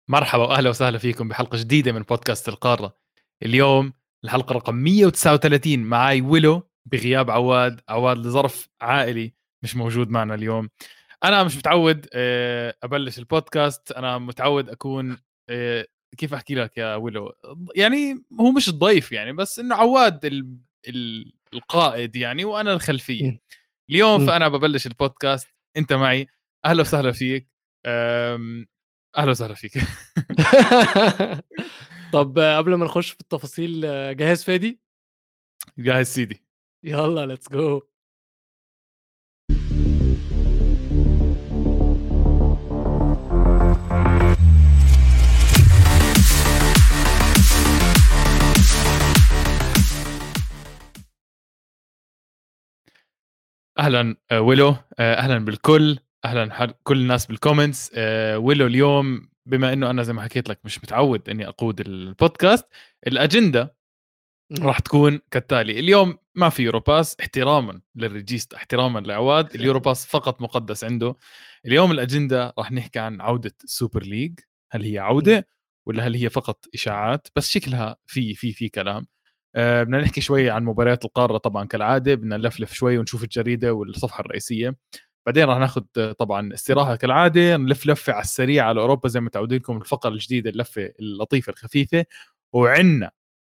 مرحبا واهلا وسهلا فيكم بحلقه جديده من بودكاست القاره. اليوم الحلقه رقم 139 معاي ويلو بغياب عواد لظرف عائلي مش موجود معنا اليوم. انا مش متعود ابلش البودكاست. انا متعود اكون كيف احكي لك يا ويلو، يعني هو مش الضيف يعني، بس انه عواد القائد يعني، وانا الخلفيه إمم، اليوم. إمم. فانا ببلش البودكاست، انت معي. اهلا وسهلا فيك. أم، اهلا وسهلا فيك. طب قبل ما نخش في التفاصيل جاهز فادي؟ جاهز سيدي. يالّا let's go. اهلا ويلو، اهلا بالكل، اهلا كل الناس بالكومنتس. ويلو اليوم بما انه انا زي ما حكيت لك مش متعود اني اقود البودكاست، الاجنده إمم، راح تكون كالتالي. اليوم ما في يوروباس احتراما للريجيستا، احتراما لعواد. اليوروباس فقط مقدس عنده. اليوم الاجنده راح نحكي عن عوده السوبر ليج. هل هي إمم. عوده ولا هل هي فقط اشاعات؟ بس شكلها في كلام. بدنا نحكي شوي عن مباريات القاره طبعا كالعاده، بدنا نلفلف شوي ونشوف الجريده والصفحه الرئيسيه. بعدين راح ناخذ طبعا استراحه كالعاده، نلف لفه على السريع على اوروبا زي ما متعودينكم، الفقره الجديده، اللفه اللطيفه الخفيفه. وعندنا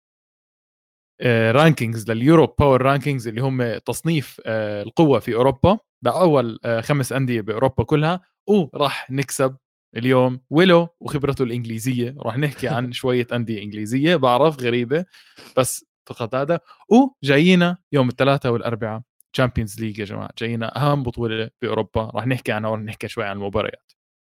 رانكينجز لليوروب باور رانكينجز اللي هم تصنيف القوة في أوروبا لأول 5 أندية بأوروبا كلها. وراح نكسب اليوم ويلو وخبرته الإنجليزية، راح نحكي عن شوية أندية إنجليزية بعرف غريبة بس فقط هذا. وجايينا يوم الثلاثاء والأربعاء تشامبيونز ليج يا جماعة، جايينا أهم بطولة بأوروبا، راح نحكي عنها وراح نحكي شوي عن المباريات.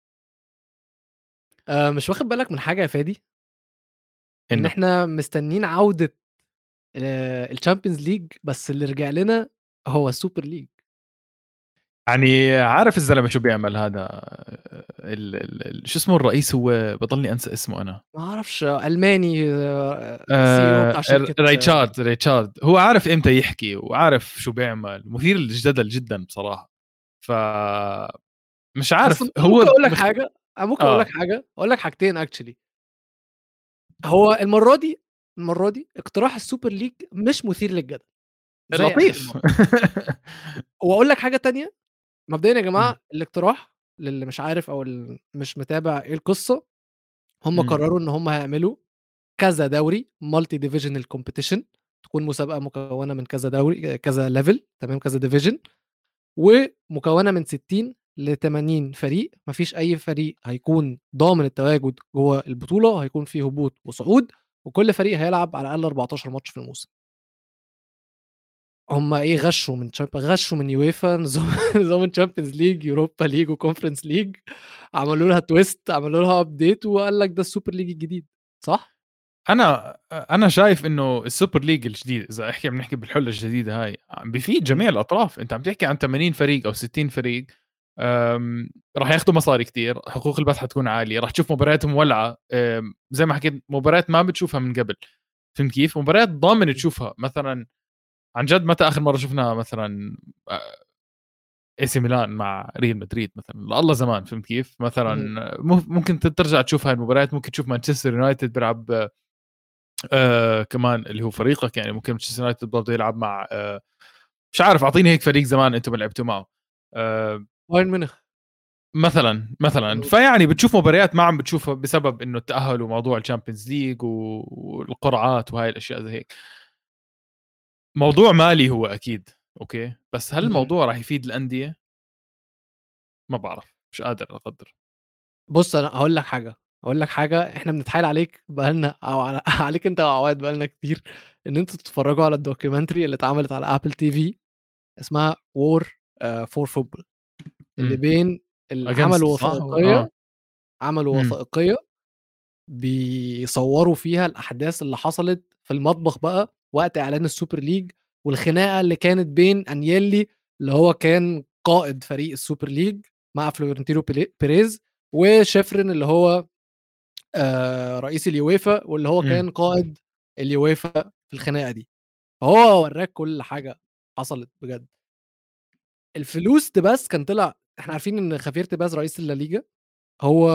مش واخد بالك من حاجة يا فادي؟ إن إنه إحنا مستنيين عودة الChampions League بس اللي رجع لنا هو الSuper League. يعني عارف الزلمة شو بيعمل هذا، شو اسمه الرئيس، هو بضلني أنسى اسمه أنا. ما أعرفش ألماني CEO بتاع شركة ريتشارد هو عارف امتى يحكي وعارف شو بيعمل، مثير للجدل جدا بصراحة. ف مش بس عارف ممكن هو أقول لك حاجة، أنا ممكن أقول لك اه حاجة، أقول لك حاجتين actually. هو المرّة دي اقتراح الSuper League مش مثير للجدل زي آخر لطيف. مرّة. وأقول لك حاجة تانية، مبدئيًا يا مم. جماعة الاقتراح للي مش عارف أو مش متابع إيه القصة، هم مم. قرروا إن هم هيعملوا كذا دوري multi divisional competition، تكون مسابقة مكونة من كذا دوري كذا level تمام، كذا division، ومكونة من 60 ل80 فريق، ما فيش أي فريق هيكون ضامن التواجد جوّه البطولة، هيكون في هبوط وصعود، وكل فريق هيلعب على الأقل 14 ماتش في الموسم. هم إيه غشّوا من UEFA نظام نظام الChampions League Europa League وConference League، عملوا لها twist، عملوا لها update وقال لك ده الSuper League الجديد، صح؟ انا شايف انه السوبر ليج الجديد، اذا احكي عم نحكي بالحله الجديده هاي، عم بفيد إمم، جميع الاطراف. انت عم تحكي عن 80 فريق او 60 فريق. راح ياخذوا مصاري كتير، حقوق البث حتكون عاليه، راح تشوف مبارياتهم ولعه. زي ما حكيت مباريات ما بتشوفها من قبل. فهمت كيف؟ مباريات ضامن إمم، تشوفها مثلا. عن جد متى اخر مره شفنا مثلا اي سي ميلان مع ريال مدريد مثلا؟ الله زمان. فهمت كيف؟ مثلا إمم. ممكن ترجع تشوف هاي المباريات، ممكن تشوف مانشستر يونايتد بيلعب كمان اللي هو فريقك، يعني ممكن مانشستر يونايتد برضه يلعب مع مش عارف، اعطيني هيك فريق زمان انتم لعبتوا معه. آه بايرن ميونخ. مثلا فيعني بتشوف مباريات ما عم بتشوفها بسبب انه التاهل وموضوع الشامبيونز ليج والقرعات وهاي الاشياء زي هيك. موضوع مالي هو اكيد، اوكي، بس هل إمم. الموضوع راح يفيد الانديه؟ ما بعرف، مش قادر اقدر. بُص أنا هاقول لك حاجة، إحنا بنتحايل عليك بقى لنا أو عليك أنت وعواد بقى لنا كتير، إن أنتم تتفرّجوا على الdocumentary اللي اتعملت على Apple TV اسمها War for Football، اللي امم بين اجينست صح عملوا امم وثائقية بيصوّروا فيها الأحداث اللي حصلت في المطبخ بقى وقت إعلان السوبر ليج، والخناقة اللي كانت بين أنييلي اللي هو كان قائد فريق السوبر ليج مع فلورنتينو بيريز، وشيفرين اللي هو رئيس اليويفا واللي هو امم كان قائد اليويفا في الخناقة دي، فهو وراك كل حاجة حصلت بجد. الفلوس تباس كان طلع، إحنا عارفين إن خافير تباس رئيس الليجا هو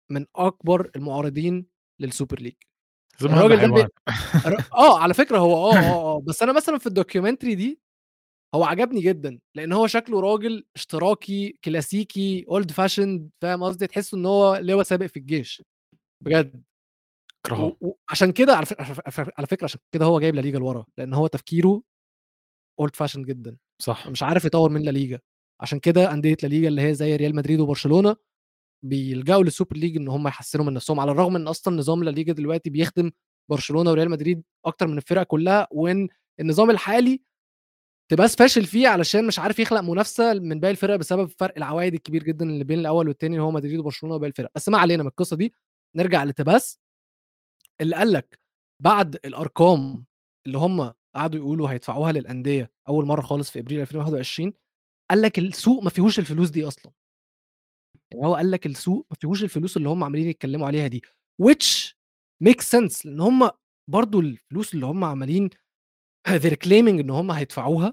من اكبر المعارضين للسوبر ليج. زلمه هذا الراجل ده حيوان. على فكره هو بس انا مثلا في الدوكيومنتري دي هو عجبني جدا لان هو شكله راجل اشتراكي كلاسيكي اولد فاشند، فاهم قصدي؟ تحس ان هو لواء سابق في الجيش بجد. كرهه. وعشان كده على فكره عشان كده هو جايب لا ليجا لورا، لان هو تفكيره اولد فاشند جدا، صح. مش عارف يطور من لا ليجا. عشان كده انديه لا ليجا اللي هي زي ريال مدريد وبرشلونه بيلجأوا للسوبر ليج ان هم يحسنوا من نفسهم، على الرغم ان اصلا نظام لا ليجا دلوقتي بيخدم برشلونه وريال مدريد اكتر من الفرق كلها، وان النظام الحالي تباس فاشل فيه علشان مش عارف يخلق منافسه من باقي الفرق بسبب فرق العوائد الكبير جدا اللي بين الاول والثاني هو مدريد وبرشلونه وباقي الفرق. بس ما علينا من القصه دي، نرجع لتباس اللي قال لك بعد الارقام اللي هم قعدوا يقولوا هيدفعوها للانديه اول مره خالص في ابريل 2021، قال لك السوق ما فيهوش الفلوس دي اصلا. يعني هو قال لك السوق ما فيهوش الفلوس اللي هم عمالين يتكلموا عليها دي which makes sense، لان هم برضو الفلوس اللي هم عمالين they're claiming ان هم هيدفعوها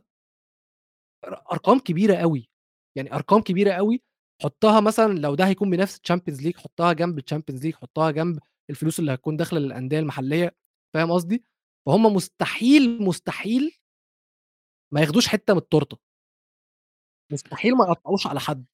ارقام كبيره قوي، يعني ارقام كبيره قوي. حطها مثلا لو ده هيكون بنفس الشامبيونز ليج، حطها جنب الشامبيونز ليج، حطها جنب الفلوس اللي هتكون داخله للانديه المحليه، فاهم قصدي؟ فهم مستحيل ما ياخدوش حته من التورته، مستحيل ما يقطعوش على حد.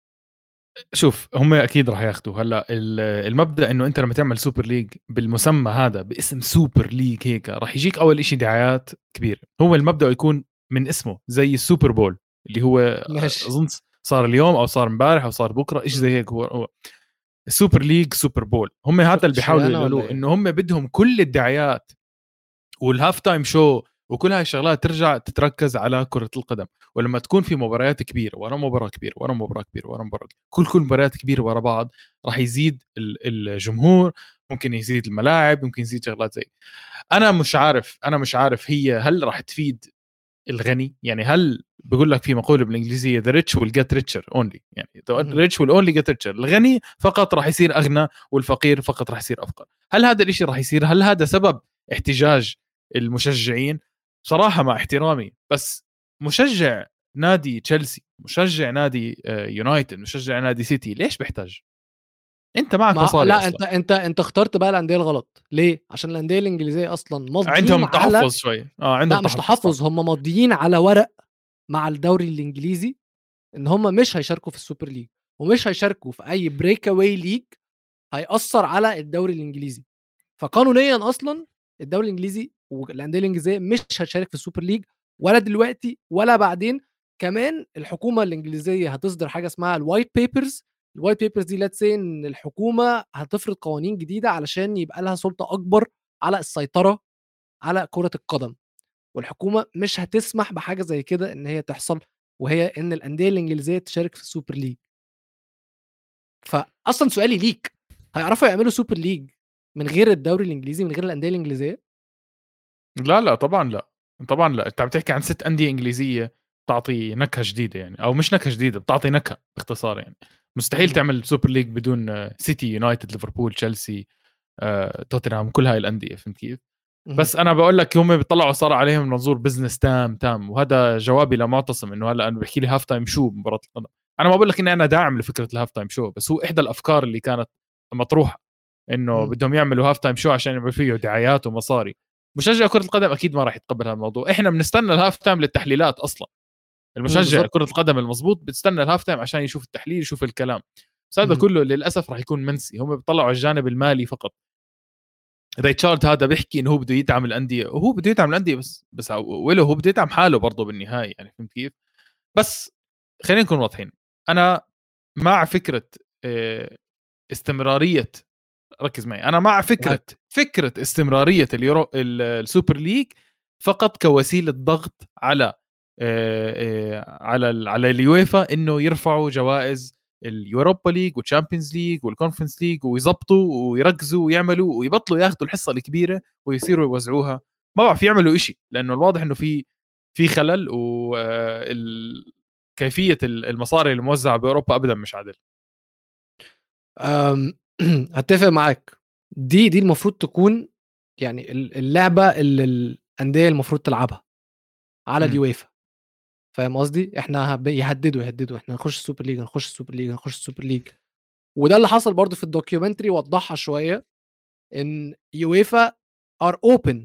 شوف هم اكيد راح ياخذوا. هلا المبدا انه انت لما تعمل سوبر ليج بالمسمى هذا باسم سوبر ليج هيك راح يجيك اول شيء دعايات كبيره. هو المبدا يكون من اسمه زي السوبر بول اللي هو ماشي. اظن صار اليوم او صار امبارح او صار بكره، شيء زي هيك. هو السوبر ليج سوبر بول، هم هذا اللي شفتش بيحاولوا خيانه ولا يقولوه، ايه؟ انه هم بدهم كل الدعايات والهاف تايم شو وكل هاي الشغلات ترجع تتركز على كرة القدم. ولما تكون في مباريات كبيرة ورا مباراة كبيرة ورا مباراة كبيرة ورا مباراة، كل مباريات كبيرة ورا بعض، راح يزيد الجمهور، ممكن يزيد الملاعب، ممكن يزيد شغلات زي. انا مش عارف هي هل راح تفيد الغني؟ يعني هل بقول لك في مقولة بالانجليزية the rich will get richer only، يعني the rich will only get richer، الغني فقط راح يصير اغنى والفقير فقط راح يصير افقر. هل هذا الاشي راح يصير؟ هل هذا سبب احتجاج المشجعين؟ صراحة مع احترامي، بس مشجع نادي تشيلسي، مشجع نادي يونايتد، مشجع نادي سيتي، ليش بيحتاج؟ انت معك ما مصاري لا اصلا. انت اخترت بقى الانديه الغلط. ليه؟ عشان الانديه الانجليزيه اصلا ماضيين عندهم على، تحفظ شوي، عندهم لا مش تحفظ صح. تحفظ، هم ماضيين على ورق مع الدوري الانجليزي ان هم مش هيشاركوا في السوبر ليج ومش هيشاركوا في اي بريك اواي ليج هيأثر على الدوري الانجليزي. فقانونيا اصلا الدوري الانجليزي والانديه الانجليزيه مش هتشارك في السوبر ليج ولا دلوقتي ولا بعدين. كمان الحكومه الانجليزيه هتصدر حاجه اسمها الوايت بيبرز. الوايت بيبرز دي لاتس ان الحكومه هتفرض قوانين جديده علشان يبقى لها سلطه اكبر على السيطره على كره القدم، والحكومه مش هتسمح بحاجه زي كده ان هي تحصل، وهي ان الانديه الانجليزيه تشارك في السوبر ليج. فاصلا سؤالي ليك، هيعرفوا يعملوا سوبر ليج من غير الدوري الانجليزي، من غير الانديه الانجليزيه؟ لا لا طبعا لا، طبعا لا. انت عم تحكي عن 6 أندية إنجليزية بتعطي نكهة جديدة، يعني او مش نكهة جديدة، بتعطي نكهة باختصار. يعني مستحيل مهم. تعمل سوبر ليج بدون سيتي، يونايتد، ليفربول، تشيلسي، توتنهام، كل هاي الأندية. فهمت كيف؟ مهم. بس انا بقول لك هم بيطلعوا صار عليهم منظور بزنس تام، وهذا جوابي لمعتصم انه هلا انا بحكي لي هاف تايم شو بمباراه القدم. انا ما بقول لك اني انا داعم لفكره الهاف تايم شو، بس هو احدى الافكار اللي كانت مطروحه انه مهم. بدهم يعملوا هاف تايم شو عشان يبقى فيه دعايات ومصاري. مشجع كره القدم اكيد ما راح يتقبل هذا الموضوع. احنا بنستنى الهاف تايم للتحليلات اصلا. المشجع بالظبط. كره القدم المضبوط بتستنى الهاف تايم عشان يشوف التحليل، يشوف الكلام. بس هذا مهم. كله للاسف راح يكون منسي. هم بيطلعوا على الجانب المالي فقط. ريتشارد هذا بيحكي انه هو بده يدعم الانديه، وهو بده يدعم الانديه، بس ويلو هو بده يدعم حاله برضه بالنهايه. يعني فهمت كيف؟ بس خلينا نكون واضحين. انا مع فكره استمراريه، ركز معي، انا مع معاك. فكره استمراريه السوبر ليج فقط كوسيله ضغط على على اليويفا انه يرفعوا جوائز اليوروبا ليج والشامبيونز ليج والكونفرنس ليج، ويزبطوا ويركزوا ويعملوا ويبطلوا ياخذوا الحصه الكبيره ويصيروا يوزعوها. ما بعرف يعملوا إشي، لانه الواضح انه في خلل، كيفيه المصاري الموزعه باوروبا ابدا مش عادل. أم، اتفق معاك. دي المفروض تكون يعني اللعبه اللي الانديه المفروض تلعبها على امم اليويفا، فاهم قصدي؟ احنا يهددوا احنا هنخش السوبر ليج، هنخش السوبر ليج، هنخش السوبر ليج. وده اللي حصل برضو في الدوكيومنتري، وضحها شويه ان يويفا ار اوبن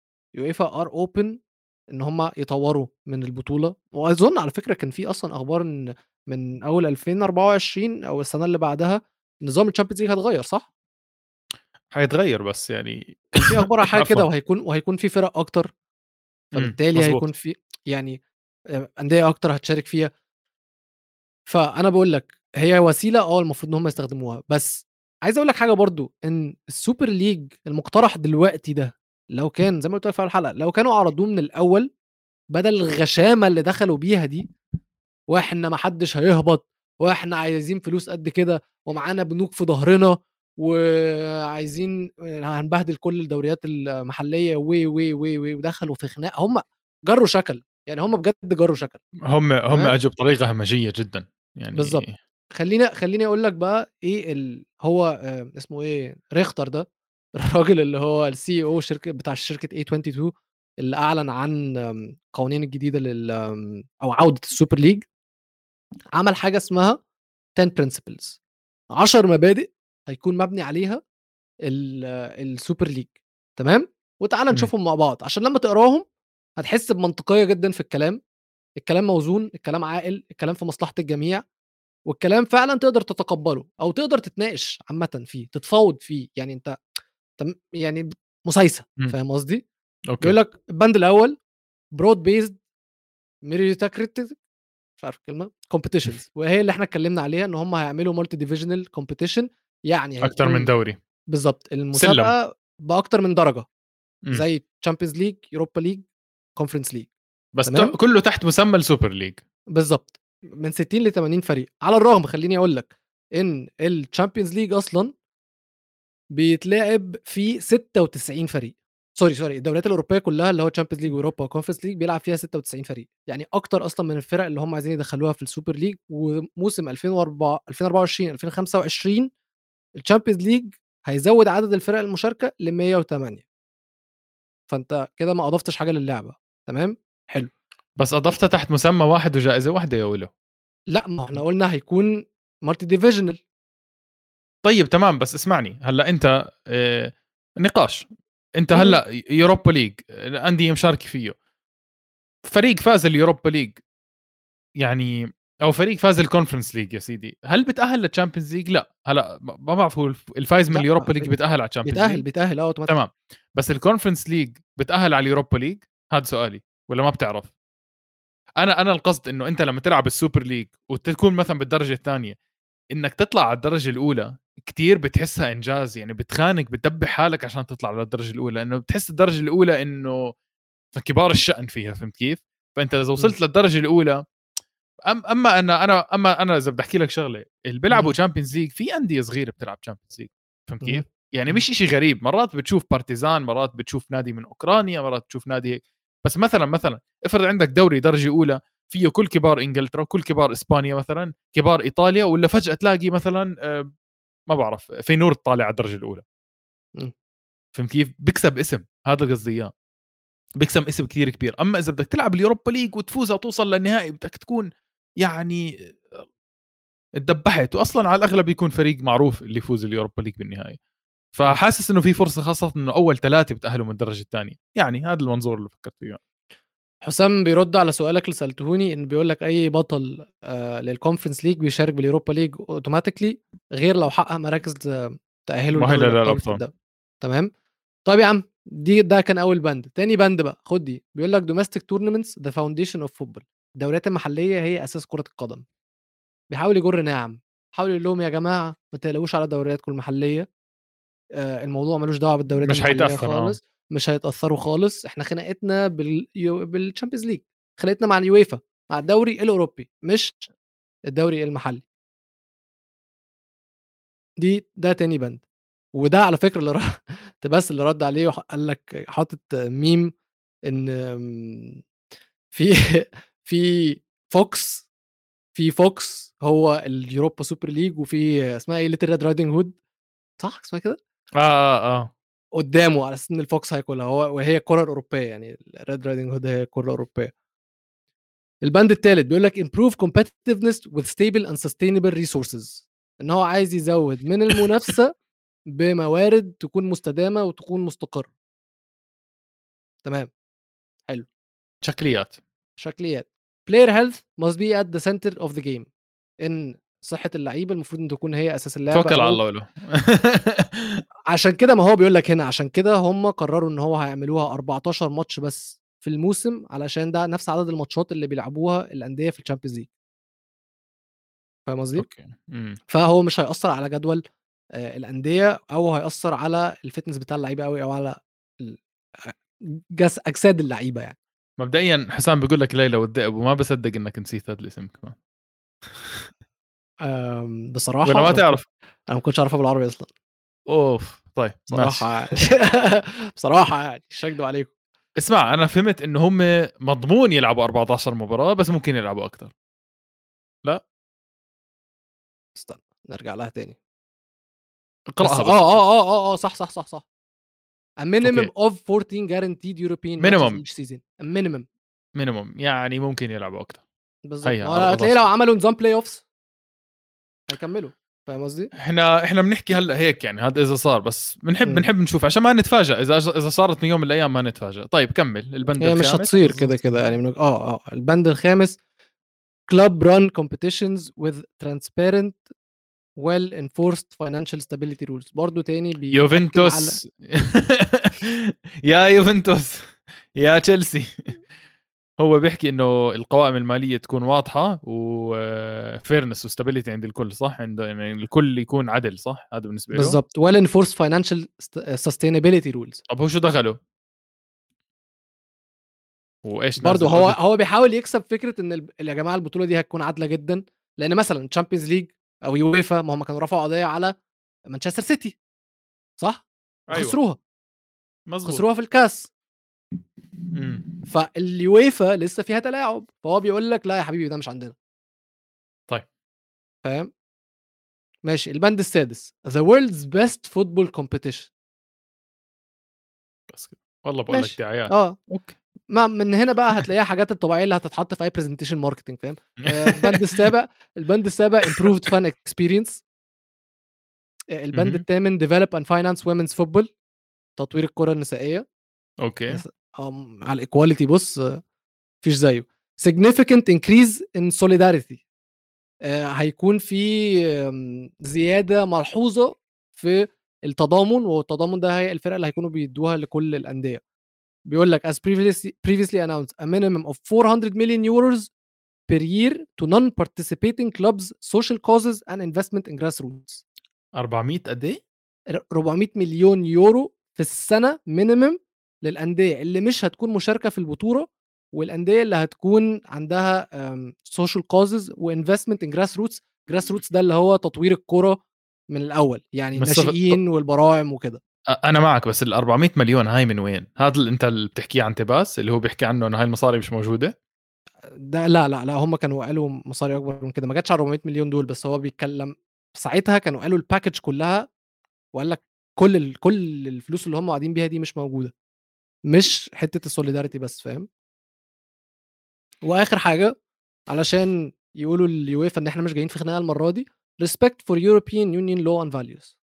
ان هم يطوروا من البطوله. واظن على فكره كان في اصلا اخبار ان من اول 2024 او السنه اللي بعدها نظام الشامبيونز ليج هيتغير، صح؟ حيتغير بس يعني كان في اخبار على حاجه عفوا. كده، وهيكون في فرق اكتر، فبالتالي هيكون مزبوط. في يعني انديه اكتر هتشارك فيها. فانا بقول لك هي وسيله المفروض ان هم يستخدموها. بس عايز اقول لك حاجه برضو، ان السوبر ليج المقترح دلوقتي ده لو كان زي ما قلت لك في أول الحلقه، لو كانوا عرضوه من الاول بدل الغشامه اللي دخلوا بيها دي، واحنا ما حدش هيهبط، واحنا عايزين فلوس قد كده، ومعانا بنوك في ظهرنا، وعايزين هنبهدل كل الدوريات المحليه ودخلوا في خناق. هم جروا شكل، يعني هم بجد جروا شكل. هم تمام، اجوا بطريقه همجيه جدا بالظبط. يعني. خليني اقول لك بقى ايه هو اسمه ايه ريختر ده الراجل اللي هو السي او شركه بتاع شركه A22 اللي اعلن عن قوانين الجديده او عوده السوبر ليج. عمل حاجه اسمها 10 principles، 10 مبادئ هيكون مبني عليها السوبر ليج. تمام، وتعالى إمم. نشوفهم مع بعض عشان لما تقراهم هتحس بمنطقيه جدا في الكلام موزون، الكلام عاقل، الكلام في مصلحه الجميع، والكلام فعلا تقدر تتقبله او تقدر تتناقش عامه فيه، تتفاوض فيه. يعني انت يعني مسايسه، إمم. فاهم قصدي؟ أوكي. بيقول لك البند الاول برود بيزد ميريتاكريتيك، مش عارف الكلمه، كومبيتيشنز، وهي اللي احنا اتكلمنا عليها ان هم هيعملوا مالتي ديفيجنال كومبيتيشن. يعني أكتر من هيكون دوري. بالظبط سلّم. المسابقه باكتر من درجه، إمم. زي تشامبيونز ليج، يوروبا ليج، كونفرنس ليج. بس تمام، كلّه تحت مسمى السوبر ليج. بالظبط، من 60 ل 80 فريق. على الرغم خليني اقول لك ان الشامبيونز ليج اصلا بيتلعب في 96 فريق. سوري، الدوريات الاوروبيه كلها اللي هو تشامبيونز ليج واوروبا وكونفرنس ليج بيلعب فيها 96 فريق، يعني اكتر اصلا من الفرق اللي هم عايزين يدخلوها في السوبر ليج. وموسم 2004 2024 2025 الشامبيونز ليج هيزود عدد الفرق المشاركه ل 108. فانت كده ما اضفتش حاجه للعبه. تمام، حلو. بس أضفتها تحت مسمى واحد وجائزة واحدة يا ويلو. لا، ما احنا قلنا هيكون مالتي ديفيجنال. طيب تمام، بس اسمعني، هلّأ أنت نقاش، أنت هلّأ يوروبا ليج الأندية مشاركة فيه، فريق فاز اليوروبا ليج يعني، أو فريق فاز الكونفرنس ليج يا سيدي، هل بتأهل للتشامبيونز ليج؟ لأ. هلّأ ما بعرف هو الفايز من لا، اليوروبا ليج بيتأهل على التشامبيونز ليج؟ بيتاهل اوتوماتيك. تمام. بس الكونفرنس ليج بتأهل على اليوروبا ليج؟ هذا سؤالي، والّا ما بتعرف؟ أنا القصد إنه أنت لمّا تلعب السوبر ليج وتكون مثلًا بالدرجة الثانية، إنك تطلع على الدرجة الأولى كتير بتحسها إنجاز، يعني بتخانق بتدبّح حالك عشان تطلع للدرجة الأولى، لإنه بتحس الدرجة الأولى إنه كبار الشأن فيها، فهمت كيف؟ فأنت إذا مم. وصلت للدرجة الأولى، أما أنا إذا بدي أحكي لك شغلة، اللي بيلعبوا مهم. تشامبيونز ليج في أندية صغيرة بتلعب تشامبيونز ليج، فهمت مهم. كيف؟ يعني مهم. مش إشي غريب، مرات بتشوف بارتيزان، مرات بتشوف نادي من أوكرانيا، مرات تشوف نادي هيك. بس مثلًا افرض عندك دوري درجة أولى فيه كل كبار إنجلترا، كل كبار إسبانيا مثلًا، كبار إيطاليا، والّا فجأة تلاقي مثلًا ما بعرف فينور طالع على الدرجة الأولى، مم. فهمت كيف؟ بيكسب اسم، هذا قصدي إياه، بيكسب اسم كتير كبير. أما إذا بدك تلعب اليوروبا ليج وتفوز وتوصل للنهائي بدك تكون يعني اتدبّحت، وأصلًا على الأغلب يكون فريق معروف اللي يفوز اليوروبا ليج بالنهاية. مم. فحاسس إنه في فرصة، خاصةً إنه أول 3 بيتأهلوا من الدرجة الثانية، يعني هذا المنظور اللي فكرت فيه. حسام بيرد على سؤالك اللي سالتهوني، ان بيقول لك اي بطل للكونفرنس ليج بيشارك باليوروبا ليج اوتوماتيكلي، غير لو حقق مراكز تاهله لدوري مؤهلة الابطال في للأبطال. الدوري. تمام. طيب يا عم، ده كان اول بند. تاني بند بقى، خد دي، بيقول لك domestic tournaments the foundation of football. الدوريات المحليه هي اساس كره القدم. بيحاول يجر ناعم، بيحاول يقول لهم يا جماعه ما تقلقوش على دورياتكم المحليه، الموضوع ملوش دعوه بالدوريات مش المحليه حيتأثّر خالص، مش هيتاثروا خالص. احنا خناقتنا بالتشامبيونز ليج، خناقتنا مع اليويفا، مع الدوري الاوروبي، مش الدوري المحلي. ده تاني بند. وده على فكره اللي بس اللي رد عليه قال لك حاطط ميم ان في في فوكس هو اليوروبا سوبر ليج، وفي اسمها ايه ليتل ريد رايدنج هود، صح اسمها كده، قدامه على اساس ان الفوكس هياكلها هو، وهي الكره الاوروبيه، يعني الريد رايدنج هود هي الكره الاوروبيه. البند الثالث بيقول لك improve competitiveness with stable and sustainable resources. ان هو عايز يزود من المنافسه بموارد تكون مستدامه وتكون مستقره. تمام، حلو. شكليات. شكليات. player health must be at the center of the game. ان صحه اللعيبه المفروض ان تكون هي اساس اللعبه، توكل على او الله له. عشان كده ما هو بيقول لك هنا، عشان كده هم قرروا ان هو هيعملوها 14 ماتش بس في الموسم، علشان ده نفس عدد الماتشات اللي بيلعبوها الانديه في الشامبيونز ليج. فاهم قصدي؟ اوكي. فهو مش هيأثر على جدول الانديه، او هيأثر على الفتنس بتاع اللعيبه قوي، او على ال- اجساد اللعيبه يعني. مبدئيا حسام بيقول لك ليلى والذئب، وما بصدق انك نسيت هذا الاسم كمان. بصراحه ولا ما انا تعرف؟ ما كنتش عارفها بالعربي اصلا. اوف، طيب ماشي. بصراحه بصراحه يعني مش هكدب عليكم. اسمع، انا فهمت انه هم مضمون يلعبوا 14 مباراة، بس ممكن يلعبوا اكثر. لا، استنى نرجع لها تاني. بس اقراها بس شوف. صح صح صح صح. A minimum اوكي، of 14 guaranteed European matches مينيموم. each season. A minimum. مينيموم يعني ممكن يلعبوا اكثر. بالضبط، ما هيا هو هتلاقيه لو 14. عملوا نظام play offs هيكمّلوا. فاهم قصدي؟ احنا بنحكي هلا هيك يعني، هذا اذا صار، بس إمم. بنحب نشوف عشان ما نتفاجئ. اذا صارت من يوم من الايام ما نتفاجئ. طيب كمل البند هي مش الخامس. هتصير كده يعني من البند الخامس club run competitions with transparent well enforced financial stability rules. برضه تاني بيأكد على يوفنتوس. يا يوفنتوس، يا تشيلسي. هو بيحكي انه القوائم الماليه تكون واضحه، وفيرنس وستابيليتي عند الكل، صح؟ عند يعني الكل يكون عدل، صح؟ هذا بالنسبه له. بالضبط well enforced financial sustainability rules. طب هو شو دخله؟ وايش برضه نازل هو اوديت؟ هو بيحاول يكسب فكرة إن يا جماعة البطولة دي هتكون عادلة جدًا، لإن مثلًا Champions League أو UEFA ما هم كانوا رفعوا قضية على مانشستر سيتي، صح؟ ايوه وخسروها، مزبوط. خسروها في الكاس. امم فاليويفا لسه فيها تلاعب، فهو بيقول لك لا يا حبيبي ده مش عندنا. طيب فاهم؟ ماشي، البند السادس The world's best football competition. بس كده والله بقول لك ماشي، دعايات. اوكي. ما من هنا بقى هتلاقيها حاجات الطبيعية اللي هتتحط في أي presentation marketing. فاهم؟ البند السابع improved fan experience. البند مهم. الثامن develop and finance women's football. تطوير الكرة النسائية. اوكي. يس- على الايكواليتي بص مفيش زيه. significant increase in solidarity. هيكون في زيادة ملحوظة في التضامن، والتضامن ده هي الفرق اللي هيكونوا بيدوها لكل الأندية. بيقول لك as previously announced a minimum of 400 million euros per year to non-participating clubs, social causes and investment in grassroots. 400 قد ايه؟ 400 مليون يورو في السنة minimum للأندية اللي مش هتكون مشاركة في البطولة، والأندية اللي هتكون عندها social causes وinvestment in grassroots. grassroots ده اللي هو تطوير الكرة من الأول، يعني بس الناشئين والبراعم وكده. انا معك، بس ال 400 مليون هاي من وين؟ هذا اللي انت اللي بتحكيه عن تباس، اللي هو بيحكي عنه انه هاي المصاري مش موجوده. ده لا هم كانوا قالوا مصاري أكبر من كده، ما جاتش على 400 مليون دول، بس هو بيتكلم ساعتها كانوا قالوا الباكج كلها، وقال لك كل الفلوس اللي هم قاعدين بيها دي مش موجودة، مش حتة السوليداريتي بس. فاهم؟ واخر حاجه علشان يقولوا اليويفا ان احنا مش جايين في خناقه المره دي respect for European Union law and values.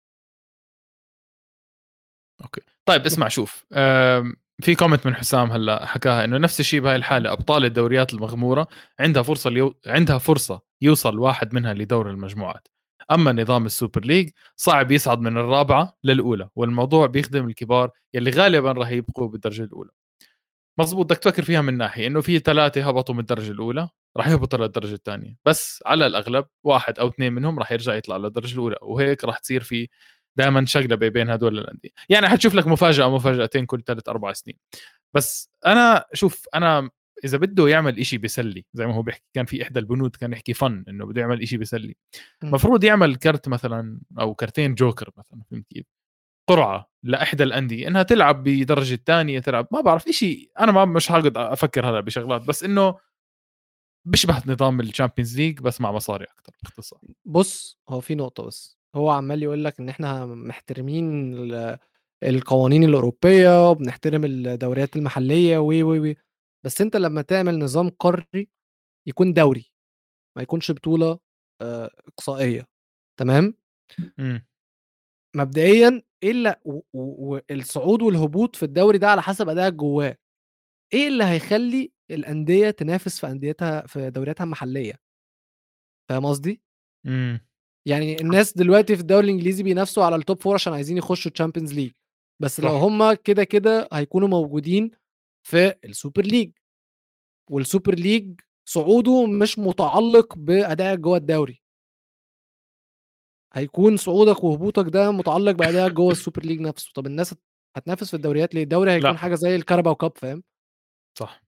اوكي طيب اسمع شوف، في كومنت من حسام هلا حكاها انه نفس الشيء بهاي الحاله ابطال الدوريات المغموره عندها فرصه عندها فرصه يوصل واحد منها لدور المجموعات. اما نظام السوبر ليج صعب يصعد من الرابعه للاولى، والموضوع بيخدم الكبار يلي غالبا راح يبقوا بالدرجه الاولى. مزبوط، بدك تفكر فيها من ناحيه انه في ثلاثه هبطوا من الدرجه الاولى راح يهبطوا للدرجه الثانيه، بس على الاغلب واحد او اثنين منهم راح يرجع يطلع للدرجه الاولى، وهيك راح تصير في دائما شقلبه بين هدول الانديه. يعني حتشوف لك مفاجاه مفاجاتين كل 3 4 سنين. بس انا شوف، انا اذا بده يعمل إشي بيسلي زي ما هو بيحكي، كان في احدى البنود كان يحكي فن انه بده يعمل إشي بيسلي، المفروض يعمل كرت مثلا او كرتين جوكر مثلا، فهمت كيف؟ قرعه لاحدى الانديه انها تلعب بدرجه الثانيه، تلعب ما بعرف إشي، انا ما مش هقدر افكر هلا بشغلات، بس انه بيشبه نظام الشامبيونز ليج بس مع مصاري اكثر باختصار. بص هو في نقطه، بس هو عمال يقول لك ان احنا محترمين القوانين الاوروبيه وبنحترم الدوريات المحليه و بس انت لما تعمل نظام قاري يكون دوري، ما يكونش بطوله اقصائيه. تمام. امم مبدئيا ايه اللي والصعود والهبوط في الدوري ده على حسب ادائك جواه. ايه اللي هيخلي الانديه تنافس في انديتها في دورياتها المحليه؟ فاهم قصدي؟ امم يعني الناس دلوقتي في الدوري الانجليزي بينافسوا على التوب فور عشان عايزين يخشوا تشامبيونز ليج، بس لو صح. هم كده كده هيكونوا موجودين في السوبر ليج، والسوبر ليج صعوده مش متعلق بادائك جوه الدوري، هيكون صعودك وهبوطك ده متعلق بادائك جوه السوبر ليج نفسه. طب الناس هتنافس في الدوريات ليه؟ الدوري هيكون لا حاجه زي الكاراباو كاب، فاهم؟ صح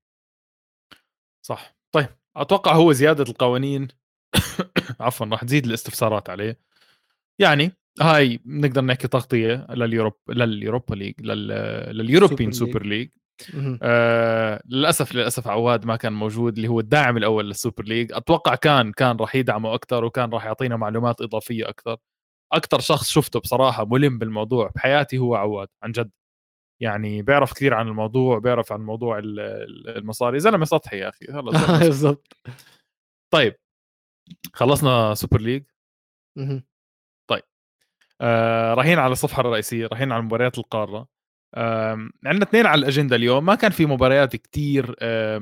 صح. طيب اتوقع هو زياده القوانين عفوا راح تزيد الاستفسارات عليه. يعني هاي بنقدر نحكي تغطيه لليوروبا ليج لليوروبيان السوبر ليج. سوبر ليج. اهم. للاسف عواد ما كان موجود، اللي هو الداعم الاول للسوبر ليج. اتوقع كان راح يدعمه اكثر، وكان راح يعطينا معلومات اضافيه اكثر. اكثر شخص شفته بصراحه ملم بالموضوع بحياتي هو عواد، عن جد. يعني بيعرف كثير عن الموضوع، بيعرف عن موضوع المصاري. زلمه سطحي يا اخي، خلص زلمه سطحي. بالضبط. طيب خلصنا سوبر ليج. اهم. طيب رايحين على الصفحه الرئيسيه، رايحين على مباريات القاره. عندنا اثنين على الاجنده اليوم. ما كان في مباريات كتير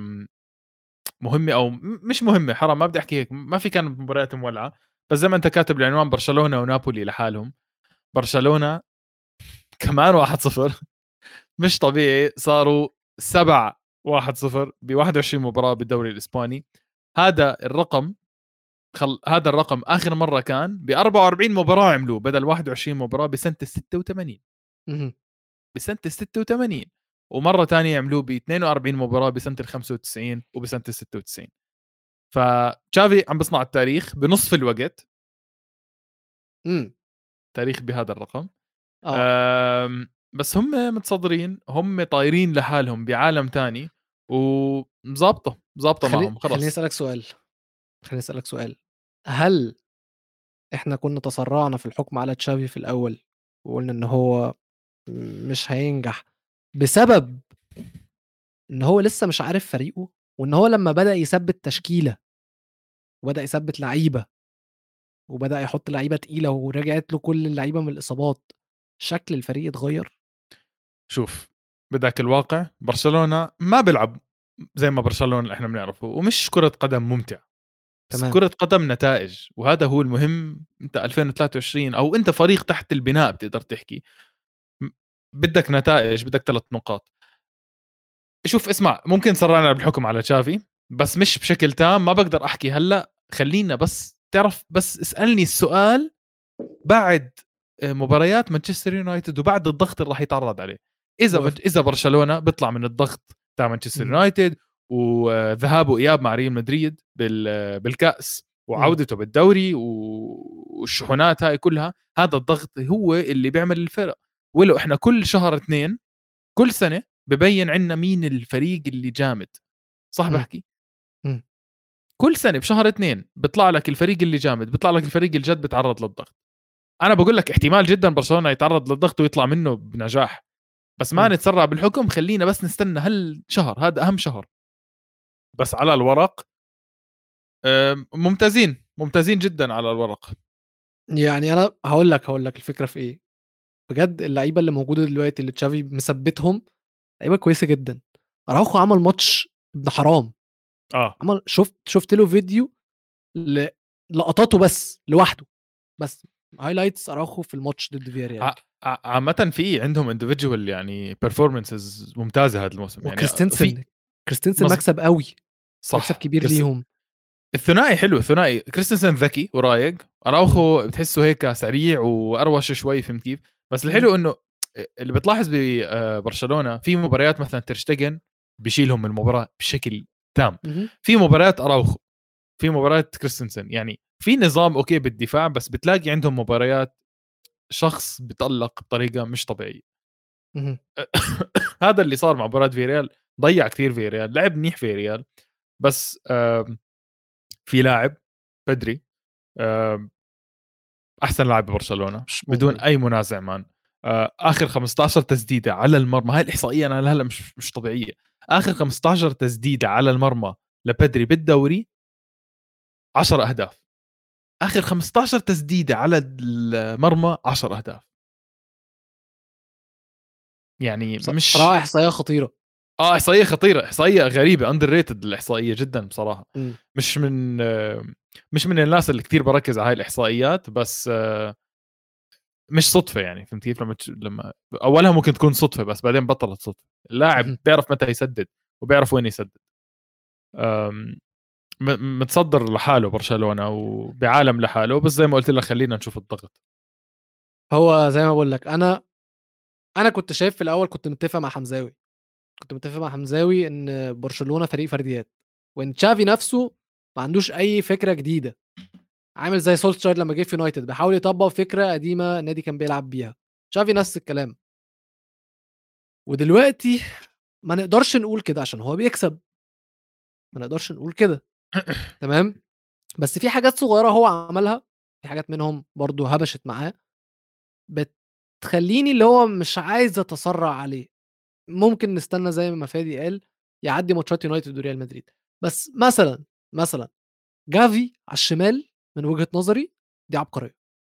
مهمه او مش مهمه، حرام ما بدي احكي هيك، ما في كان مباريات مولعه. بس زي ما انت كاتب العنوان، برشلونه ونابولي لحالهم. برشلونه كمان 1-0 مش طبيعي. صاروا 7-1-0 ب 21 مباراه بالدوري الاسباني. هذا الرقم هذا الرقم اخر مره كان ب 44 مباراه عملوه بدل 21 مباراه بسنه ال 86. اهم. بسنه ال 86. ومره ثانيه عملوه ب 42 مباراه بسنه ال 95 وبسنه ال 96. فتشافي عم بصنع التاريخ بنصف الوقت. إمم. تاريخ بهذا الرقم. آه. بس هم متصدرين، هم طايرين لحالهم بعالم تاني، ومظابطه معهم خلّيني خلص. أسألك سؤال، خلّيني أسألك سؤال، هل إحنا كنا تسرّعنا في الحكم على تشافي في الأول، وقُلنا إن هو مش هينجح بسبب إن هو لسه مش عارف فريقه، وإن هو لمّا بدأ يثبّت تشكيلة، وبدأ يثبّت لعيبة، وبدأ يحط لعيبة تقيلة، ورجعت له كل اللعيبة من الإصابات، شكل الفريق اتغيّر؟ شوف، بدك الواقع، برشلونه ما بيلعب زي ما برشلونه اللي احنا بنعرفه، ومش كره قدم ممتع. بس تمام. كره قدم نتائج، وهذا هو المهم. انت 2023 او انت فريق تحت البناء بتقدر تحكي. م- بدك نتائج، بدك 3 نقاط. شوف اسمع، ممكن سرعنا بالحكم على تشافي بس مش بشكل تام. ما بقدر احكي هلا. خلينا بس تعرف، بس اسالني السؤال بعد مباريات مانشستر يونايتد وبعد الضغط اللي راح يتعرض عليه. موافق. اذا برشلونه بيطلع من الضغط تاع مانشستر اهم. يونايتد، وذهاب واياب مع ريال مدريد بالكاس، إمم. وعودته بالدوري والشحنات هاي كلها، هذا الضغط هو اللي بيعمل الفرق. ولو احنا كل شهر اثنين كل سنه ببين عنا مين الفريق اللي جامد. صح إمم. بحكي؟ إمم. كل سنه بشهر اثنين بيطلع لك الفريق اللي جامد، بيطلع لك الفريق الجد بتعرض للضغط. انا بقول لك احتمال جدا برشلونه يتعرض للضغط ويطلع منه بنجاح، بس ما إمم. نتسرع بالحكم. خلينا بس نستنى هالشهر، هذا اهم شهر. بس على الورق ممتازين، ممتازين جدا على الورق. يعني أنا هاقول لك الفكرة في إيه، بجد اللعيبة اللي موجودة دلوقتي اللي تشافي مثبّتهم لعيبة كويسة جدًا. أراوخو عمل ماتش ابن حرام، اه شُفت له فيديو ل لقطاته بس لوحده، بس highlights أراوخو في الماتش ضد فياريال. عامة في عندهم individual يعني performances ممتازة هذا الموسم يعني. في كريستنسن مز... مكسب أوي، مكسب صح. كبير ليهم. الثنائي حلو. الثنائي كريستنسن ذكي ورايق، إمم. اراوخو بتحسه هيك سريع واروش شوي، فهمت كيف؟ بس إمم. الحلو انه اللي بتلاحظ ببرشلونه في مباريات مثلا ترشتجن بيشيلهم من المباراه بشكل تام. اهم. في مباريات اراوخو، في مباريات كريستنسن. يعني في نظام اوكي بالدفاع، بس بتلاقي عندهم مباريات شخص بتألق بطريقه مش طبيعيه. اهم. هذا اللي صار مع مباراه فيريال. ضيع كثير فيريال، لعب منيح فيريال. بس في لاعب بدري احسن لاعب ببرشلونه مش بدون ممكن. اي منازع مان. اخر 15 تسديده على المرمى، هاي الاحصائيه انا هلا مش طبيعيه. اخر 15 تسديده على المرمى لبدري بالدوري 10 اهداف. اخر 15 تسديده على المرمى 10 اهداف. يعني صراحه مش احصائيه خطيره. احصائيه خطيره، احصائيه غريبه، اندر ريتد الاحصائيه جدا بصراحه. م. مش من مش من الناس اللي كتير بركز على هاي الاحصائيات، بس مش صدفه يعني. فهمت كيف؟ لما اولها ممكن تكون صدفه، بس بعدين بطلت صدفه. اللاعب مهم. بيعرف متى يسدد وبيعرف وين يسدد. أم، متصدر لحاله برشلونه وبعالم لحاله، بس زي ما قلت لك خلينا نشوف الضغط. هو زي ما بقول لك، انا كنت شايف في الاول، كنت متفق مع حمزاوي، ان برشلونه فريق فرديات، وان تشافي نفسه ما عندوش اي فكره جديده، عامل زي سولشاير لما جه في يونايتد بيحاول يطبق فكره قديمه النادي كان بيلعب بيها. تشافي نفس الكلام. ودلوقتي ما نقدرش نقول كده عشان هو بيكسب، ما نقدرش نقول كده. تمام. بس في حاجات صغيره هو عملها، في حاجات منهم برضو هبشت معاه، بتخليني اللي هو مش عايز اتسرع عليه. ممكن نستنى زي ما فادي قال يعدي ماتشات يونايتد وريال مدريد. بس مثلا جافي على الشمال من وجهة نظري دي عبقرية.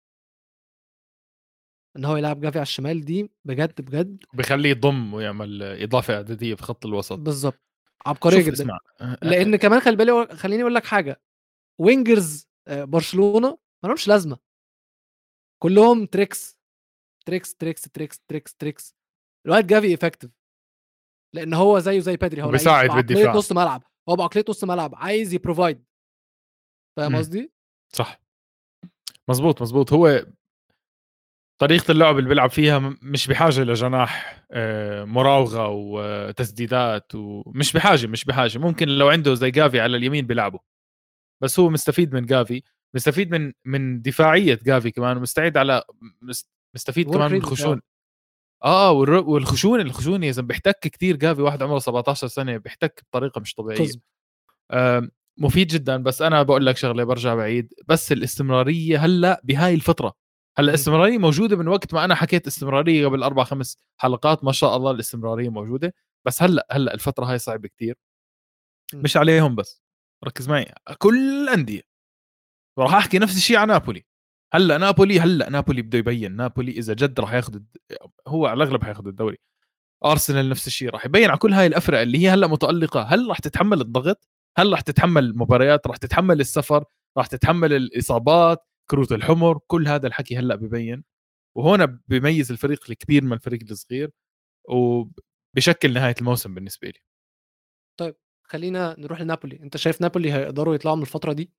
ان هو يلعب جافي على الشمال دي بجد بجد. بخليه يضم ويعمل اضافه اعداديه في خط الوسط. بالظبط، عبقرية شوف جدا. اسمع لان كمان خليني اقول لك حاجة. وينجرز برشلونة ما لهمش لازمة، كلهم تريكس تريكس تريكس تريكس تريكس تريكس. الواد جافي افكتيف، لان هو زيه زي بادري، هو لعيب وبيساعد بعقلية بالدفاع. نص ملعب، هو بعقلية نص ملعب عايز يبروفايد. فاهم امم قصدي؟ صح، مزبوط مزبوط. هو طريقة اللعب اللي بيلعب فيها مش بحاجة لجناح مراوغة وتسديدات، ومش بحاجة، مش بحاجة. ممكن لو عنده زي جافي على اليمين بيلعبه، بس هو مستفيد من جافي، مستفيد من دفاعية جافي كمان، ومستعد على مستفيد الورك كمان من ريت خشونة. بتاعه. والخشونة الخشونة اذا بيحتك كتير جافي، واحد عمره 17 سنة بيحتك بطريقة مش طبيعية. قزم. آم، مفيد جدا. بس انا بقول لك شغله، برجع بعيد، بس الاستمراريه هلا بهاي الفتره. هلا مهم. الاستمراريه موجوده من وقت ما انا حكيت استمراريه قبل 4 5 حلقات، ما شاء الله الاستمراريه موجوده. بس هلا الفتره هاي صعبه كتير. مم. مش عليهم بس، ركز معي، كل الانديه. وراح احكي نفس الشيء على نابولي. هلا نابولي بده يبين. نابولي اذا جد راح ياخذ هو على الاغلب حياخذ الدوري. ارسنال نفس الشيء، راح يبين على كل هاي الافرقه اللي هي هلا متالقه. هل راح تتحمل الضغط؟ هل راح تتحمل المباريات؟ راح تتحمل السفر؟ راح تتحمل الاصابات، كروت الحمر؟ كل هذا الحكي هلا ببين. وهنا بيميز الفريق الكبير من الفريق الصغير، وبشكل نهايه الموسم بالنسبه لي. طيب خلينا نروح لنابولي. انت شايف نابولي هيقدروا يطلعوا من الفتره دي؟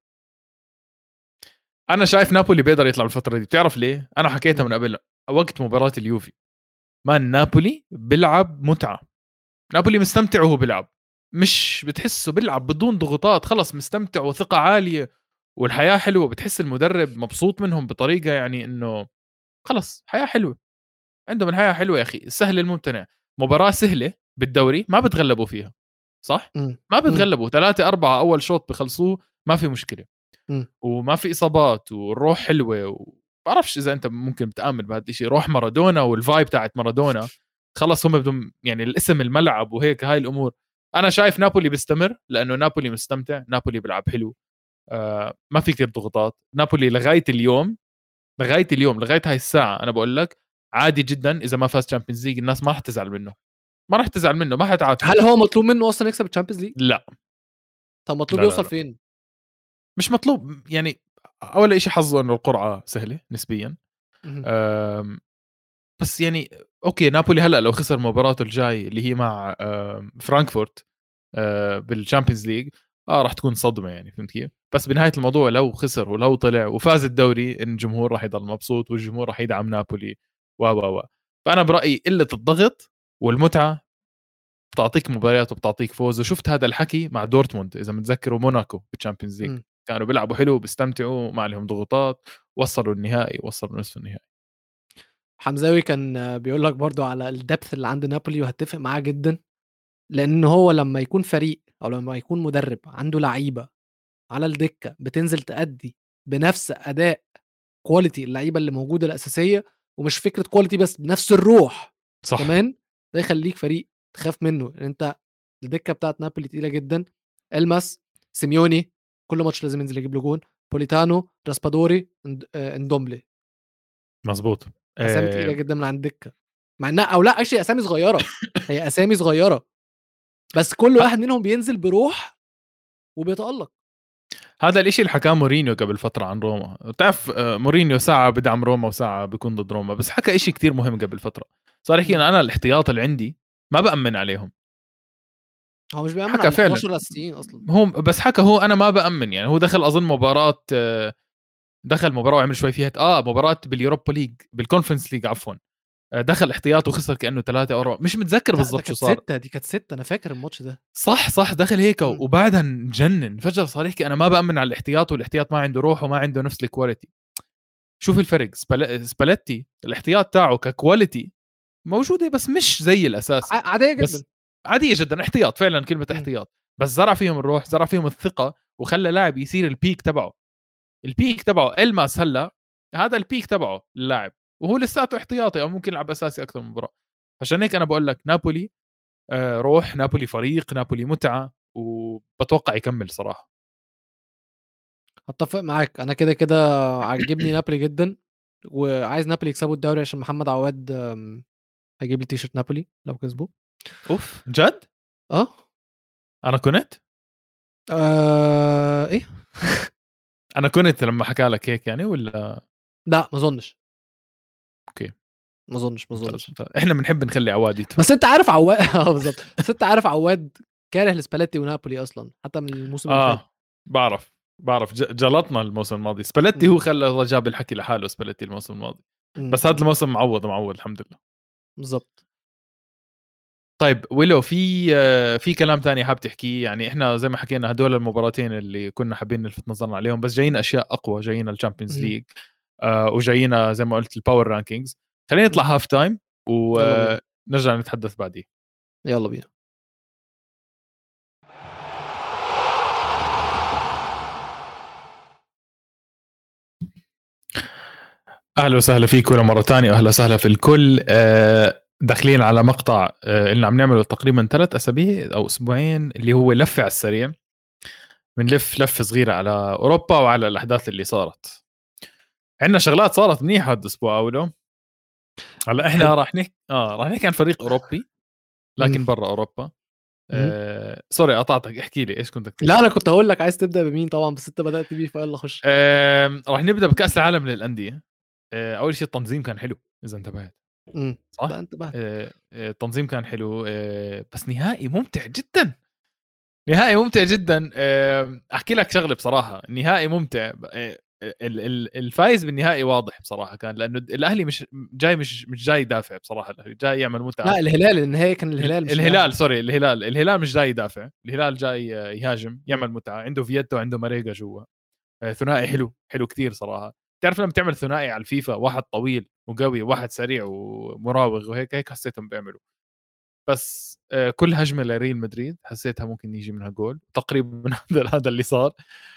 انا شايف نابولي بيقدر يطلع بالفتره دي. بتعرف ليه؟ انا حكيتها مم. من قبل، وقت مباراه اليوفي. ما نابولي بيلعب متعه. نابولي مستمتع وهو بيلعب، مش بتحسه بيلعب بدون ضغوطات، خلص مستمتع وثقة عالية والحياة حلوة. بتحس المدرب مبسوط منهم بطريقة يعني انه خلص حياة حلوة. عندهم الحياة حلوة يا اخي، السهل الممتنع. مباراة سهلة بالدوري ما بتغلبوا فيها، صح؟ مم. ما مم. بتغلبوا 3 4 اول شوط بخلصوه، ما في مشكلة. مم. وما في اصابات والروح حلوة بعرفش اذا انت ممكن بتآمن بهذا الشيء، روح مارادونا والفايب تاعت مارادونا. خلص هم بدهم يعني الاسم الملعب وهيك هاي الامور. انا شايف نابولي بيستمر لانه نابولي مستمتع، نابولي بيلعب حلو. ما في كثير ضغوطات. نابولي لغايه اليوم، لغايه هاي الساعه انا بقول لك عادي جدا اذا ما فاز تشامبيونز ليج. الناس ما راح تزعل منه، ما راح تزعل منه، ما حتعاتبه. هل هو مطلوب منه اصلا يكسب الشامبيونز ليج؟ لا طب مطلوب لا لا يوصل لا، فين؟ مش مطلوب يعني. اول شيء حظه انه القرعه سهله نسبيا. مهم. آم، بس يعني اوكي، نابولي هلا لو خسر مباراته الجاي اللي هي مع فرانكفورت بالشامبيونز ليج، راح تكون صدمه يعني. فهمت كيف؟ بس بنهايه الموضوع لو خسر ولو طلع وفاز الدوري، ان الجمهور راح يضل مبسوط والجمهور راح يدعم نابولي و فانا برايي قله الضغط والمتعه بتعطيك مباريات وبتعطيك فوز. وشفت هذا الحكي مع دورتموند اذا متذكروا، موناكو بالشامبيونز ليج. مم. كانوا بيلعبوا حلو، بيستمتعوا، ما عليهم ضغوطات، وصلوا النهائي، وصلوا نصف النهائي. حمزاوي كان بيقول لك برضو على الدبث اللي عند نابولي، وهتفق معاه جدا. لان هو لما يكون فريق او لما يكون مدرب عنده لعيبه على الدكه بتنزل تأدي بنفس اداء كواليتي اللعيبه اللي موجوده الاساسيه، ومش فكره كواليتي بس، بنفس الروح صح. كمان، ده يخليك فريق تخاف منه. لان انت الدكه بتاعت نابولي تقيله جدا. الماس، سيميوني كل ماتش لازم ينزل يجيب له جون. بوليتانو، راسبادوري، اندومبلي. مزبوط. اسامي تقيله جدا من عند الدكه، مع انها او لا اشي اسامي صغيره، هي اسامي صغيره بس كل واحد منهم بينزل بروح وبيتالق. هذا الاشي اللي حكاه مورينيو قبل فترة عن روما. بتعرف مورينيو ساعة بدعم روما وساعة بيكون ضد روما، بس حكى اشي كتير مهم قبل فترة. صار يحكي أنا الاحتياط اللي عندي ما بأمن عليهم. هو مش بيأمن حكى على ال فعلا 11 الاساسيين اصلا. هو بس حكى هو أنا ما بأمن. يعني هو دخل أظن مباراة دخل مباراة وعمل شوي فيها مباراة باليوروبا ليج بالكونفرنس ليج عفوا. دخل احتياط وخسر كأنه 3 أورو، مش متذكر لا ده بالضبط شو كانت صار. 6، دي كانت 6، انا فاكر الماتش ده. صح دخل هيك مم. وبعدها نجنن فجأة. صار يحكي أنا ما بأمن على الاحتياط، والاحتياط ما عنده روح وما عنده نفس الكواليتي. شوف الفرق، سباليتي الاحتياط تاعه ككواليتي موجوده بس مش زي الاساسي. عاديه جدا. بس عاديه جدا، احتياط فعلا كلمه مم. احتياط. بس زرع فيهم الروح، زرع فيهم الثقه، وخلى لاعب يصير البيك تبعه. البيك تبعه الماس هلا هذا البيك تبعه اللاعب، وهو لساته احتياطي او ممكن يلعب اساسي اكثر من مباراه. عشان هيك انا بقول لك نابولي روح، نابولي فريق، نابولي متعه، وبتوقع يكمل صراحه. اتفق معاك، انا كده كده عاجبني نابولي جدا، وعايز نابولي يكسبوا الدوري عشان محمد عواد هيجيب لي تيشرت نابولي لو كسبوا. اوف جد. اه انا كنت ايه. انا كنت لما حكى لك هيك يعني ولا؟ لا ما اظنش، اوكي ما اظنش، ما ممتاز اظنش. ممتاز. احنا بنحب نخلي عواد يدفع. بس انت عارف عواد بالظبط، بس انت عارف عواد كاره لسباليتي ونابولي اصلا حتى من الموسم اللي فات. بعرف جلطنا الموسم الماضي. سباليتي مم. هو خلى جاب الحكي لحاله سباليتي الموسم الماضي. بس هذا بالظبط. الموسم معوض الحمد لله. بالظبط. طيب ويلو، في كلام تاني حاب تحكيه؟ يعني احنا زي ما حكينا هدول المباراتين اللي كنا حابين نلفت نظرنا عليهم، بس جايين اشياء اقوى، جايين الشامبيونز مم. ليج وجايين زي ما قلت الباور رانكينجز. خلينا نطلع مم. هاف تايم يلا بينا. ونرجع نتحدث بعدين. يلا بينا. اهلا وسهلا فيكم مرة تانية، اهلا وسهلا في الكل. داخلين على مقطع اللي عم نعمله تقريبا 3 أسابيع او اسبوعين، اللي هو لفة على السريع. بنلف لفة صغيرة على اوروبا وعلى الاحداث اللي صارت. عندنا شغلات صارت منيحة هذا الاسبوع اولو. هلا حلو. احنا راح نحكي عن فريق اوروبي مم. لكن برا اوروبا. مم. سوري قطعتك، احكي لي ايش كنت لا تحكي. انا كنت هقول لك عايز تبدا بمين طبعا، بس انت بدات بيه فيلا خش. راح نبدا بكاس العالم للانديه. اول شيء التنظيم كان حلو اذا انتبهت. لا صح. انت بقى. التنظيم كان حلو. بس نهائي ممتع جدا. نهائي ممتع جدا. احكي لك شغله بصراحه، النهائي ممتع. الفايز بالنهائي واضح بصراحه كان، لانه الاهلي مش جاي يدافع بصراحه. الاهلي جاي يعمل متعه. لا الهلال النهائي كان الهلال مش الاهلي. الهلال سوري، الهلال مش جاي يدافع، الهلال جاي يهاجم يعمل متعه. عنده فييتو وعنده ماريجا جوا. ثنائي حلو كتير صراحه. تعرف لما تعمل ثنائي على الفيفا، واحد طويل وقوي وواحد سريع ومراوغ وهيك حسيتهم بيعملوا. بس كل هجمه لريال مدريد حسيتها ممكن يجي منها جول تقريبا. هذا اللي صار.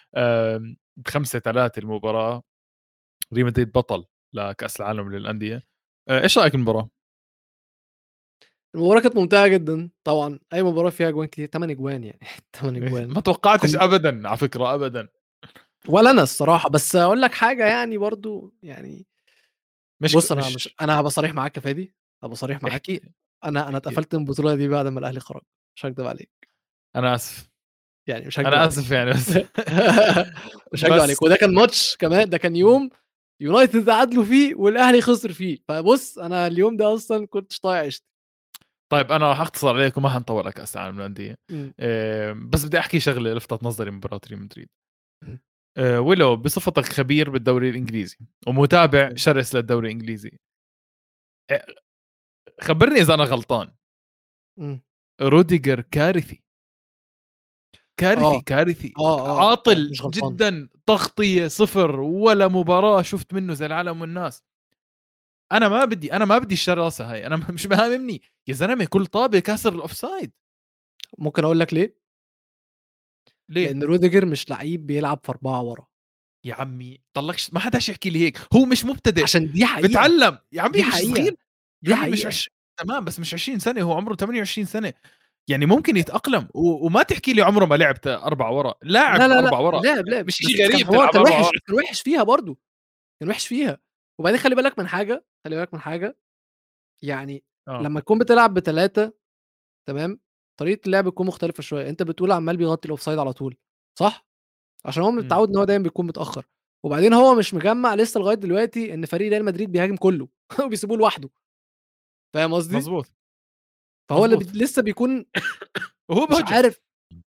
5-3 المباراه. ريال مدريد بطل لكاس العالم للانديه. ايش رايك بالمباراه؟ المباراه كانت ممتعه جدا طبعا، اي مباراه فيها اجوان كتير، 8 اجوان يعني 8 اجوان. ما توقعتش ابدا على فكره، ابدا. ولا انا الصراحه، بس اقول لك حاجه يعني برضو يعني. بص انا مش، مش انا هبقى صريح معاك يا فادي، هبقى صريح معاك. احكي. انا احكي. اتقفلت من البطوله دي بعد ما الاهلي خرج، مش هكدب عليك. انا اسف. يعني مش هكدب انا عليك. اسف يعني بس. مش هكدب بس عليك، وده كان ماتش كمان، ده كان يوم يونايتد تعادلوا فيه والاهلي خسر فيه، فبص انا اليوم ده اصلا كنتش طايق عشت. طيب انا راح اختصر عليك وما حنطول على كاس العالم للانديه. إمم. بس بدي احكي شغله لفتت نظري من مباراه ريال مدريد. إمم. ولو بصفتك خبير بالدوري الانجليزي ومتابع شرس للدوري الانجليزي، آه، خبرني اذا انا غلطان. إمم. روديجر كارثي. آه. كارثي. آه، عاطل مش غلطان. جدا، تغطيه صفر، ولا مباراه شفت منه زي العالم والناس. انا ما بدي الشراسه هاي. انا مش بهاممني يا زلمه كل طابه كاسر الاوفسايد. ممكن أقول لك ليه؟ ليه لإن روديجر مش لعيب بيلعب في 4 ورا، يا عمي؟ طلقش ما حداش يحكي لي هيك. هو مش مبتدئ، عشان دي حقيقة، بتعلم يا عمي، دي مش صغير. حقيقة، يا دي عمي مش حقيقة. 20. تمام بس مش 20 سنه، هو عمره 28 سنه. يعني ممكن يتاقلم وما تحكي لي عمره ما لعب 4 ورا، لاعب لا 4 ورا، لعب مش بس شيء كان غريب حوار، تلعب كان 4 ورا. وحش، كان وحش فيها برضه، كان وحش فيها. وبعدين خلي بالك من حاجة، خلي بالك من حاجة، يعني اه لمّا تكون بتلعب ب3 تمام، طريقة اللعب بتكون مختلفة شوية، أنت بتقول عمّال بيغطي الoffside على طول، صح؟ عشان هو امم متعود إن هو دايمًا بيكون متأخر، وبعدين هو مش مجمّع لسه لغاية دلوقتي إن فريق ريال مدريد بيهاجم كلّه وبيسيبوه لوحده، فاهم قصدي؟ مزبوط فهو اللي مزبوط لسه بيكون وهو مش بهجم. عارف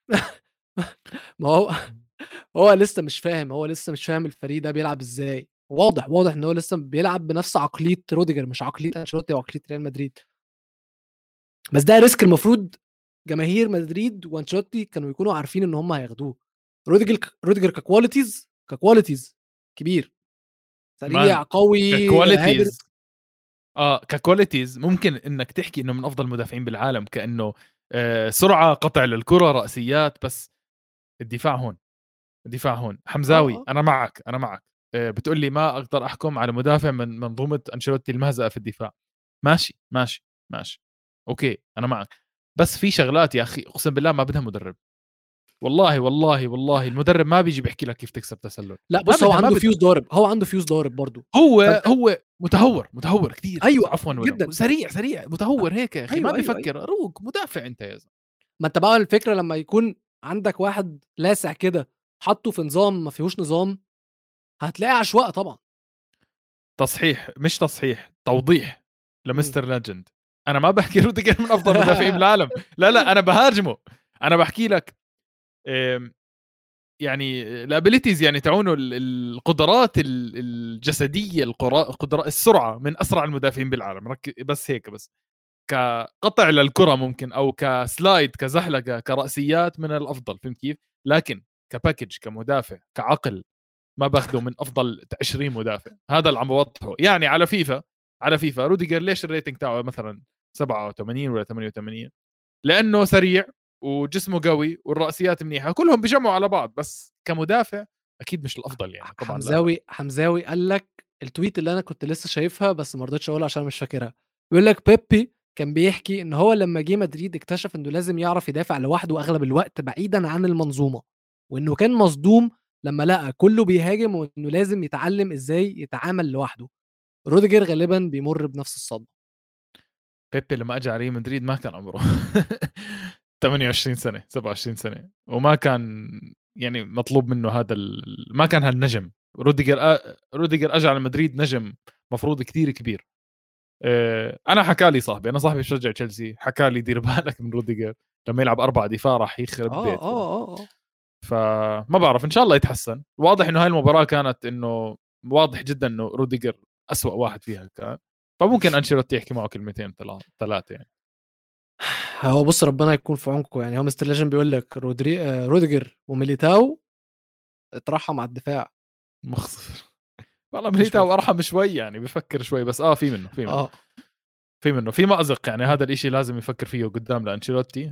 ما هو هو لسه مش فاهم، هو لسه مش فاهم الفريق ده بيلعب إزاي، واضح إن هو لسه بيلعب بنفس عقلية روديجر مش عقلية أنشيلوتي وعقلية ريال مدريد، بس ده risk المفروض جماهير مدريد وأنشيلوتي كانوا يكونوا عارفين إن هم هياخدوه. روديجر كqualities كبير، مان سريع، قوي، هادر. ككواليتيز، ككواليتيز ممكن انك تحكي انه من افضل المدافعين بالعالم، كانه سرعه، قطع للكره، راسيات، بس الدفاع هون، الدفاع هون حمزاوي. آه. انا معك، انا معك. بتقول لي ما اقدر احكم على مدافع من منظومه انشيلوتي المهزأه في الدفاع. ماشي ماشي ماشي، اوكي انا معك. بس في شغلات يا اخي اقسم بالله ما بدها مدرب. والله والله والله المدرب ما بيجي بيحكي لك كيف تكسب تسلل. لأ ما بُص، هو بدها، ما عنده بدها. fuse ضارب، هو عنده fuse ضارب برضه، هو فأنت هو متهور كثير، أيوه، عفوا ولو جدًا. سريع أ متهور هيك يا اخي، ما أيوه. بيفكر. روق مدافع انت يا زلمه. ما أنت بقى الفكرة لمّا يكون عندك واحد لاسع كده، حاطّه في نظام ما فيهوش نظام، هتلاقي عشوائي طبعًا. تصحيح، مش تصحيح، توضيح إمم. لمستر ليجند. انا ما بحكي روديجر من افضل المدافعين بالعالم، لا لا انا بهاجمه. انا بحكي لك يعني الابيليتيز، يعني تعونه القدرات الجسديه، القدرات، السرعه من اسرع المدافعين بالعالم. بس هيك بس، كقطع للكره ممكن، او كسلايد، كزحلقه، كراسيات من الافضل، فهمت كيف؟ لكن كباكج، كمدافع، كعقل، ما باخده من افضل 20 مدافع. هذا اللي عم بوضحه. يعني على فيفا، على فيفا روديجر ليش الريتنج تاعه مثلا 87 ولا 88؟ لانه سريع وجسمه قوي والرأسيات منيحه، كلهم بيجمعوا على بعض، بس كمدافع اكيد مش الافضل يعني، طبعا لا لا. حمزاوي قال لك التويت اللي أنا كنت لسه شايفها بس ما رضيتش أقولها عشان مش فاكرها، بيقول لك بيبي كان بيحكي إن هو لمّا جه مدريد اكتشف إنه لازم يعرف يدافع لوحده أغلب الوقت بعيدًا عن المنظومة، وإنه كان مصدوم لمّا لقى كلّه بيهاجم وإنه لازم يتعلم إزاي يتعامل لوحده. روديجر غالبًا بيمُر بنفس الصدمة. بيبي لما اجى على ريال مدريد ما كان عمره 28 سنه، 27 سنه، وما كان يعني مطلوب منه هذا ما كان هالنجم. روديجر اجى على مدريد نجم مفروض كثير كبير. انا حكى لي صاحبي، انا صاحبي بشجع تشيلسي، حكى لي دير بالك من روديجر لما يلعب 4 دفاع راح يخرب بيتكم. آه. فما بعرف، ان شاء الله يتحسن. واضح انه هاي المباراه كانت انه واضح جدا انه روديجر أسوأ واحد فيها كان. فممكن انشيلوتي يحكي معه كلمتين ثلاثه يعني. هو بُص ربنا يكون في عونكم، يعني هو مستر ليجن بيقول لك روديجر وميليتاو اترحّم على الدفاع، مخصف. والله مش ميليتاو مف ارحم شوي يعني، بفكر شوي بس. في منه، في منه، آه. في منه، في مأزق يعني. هذا الاشي لازم يفكر فيه قدام لانشيلوتي.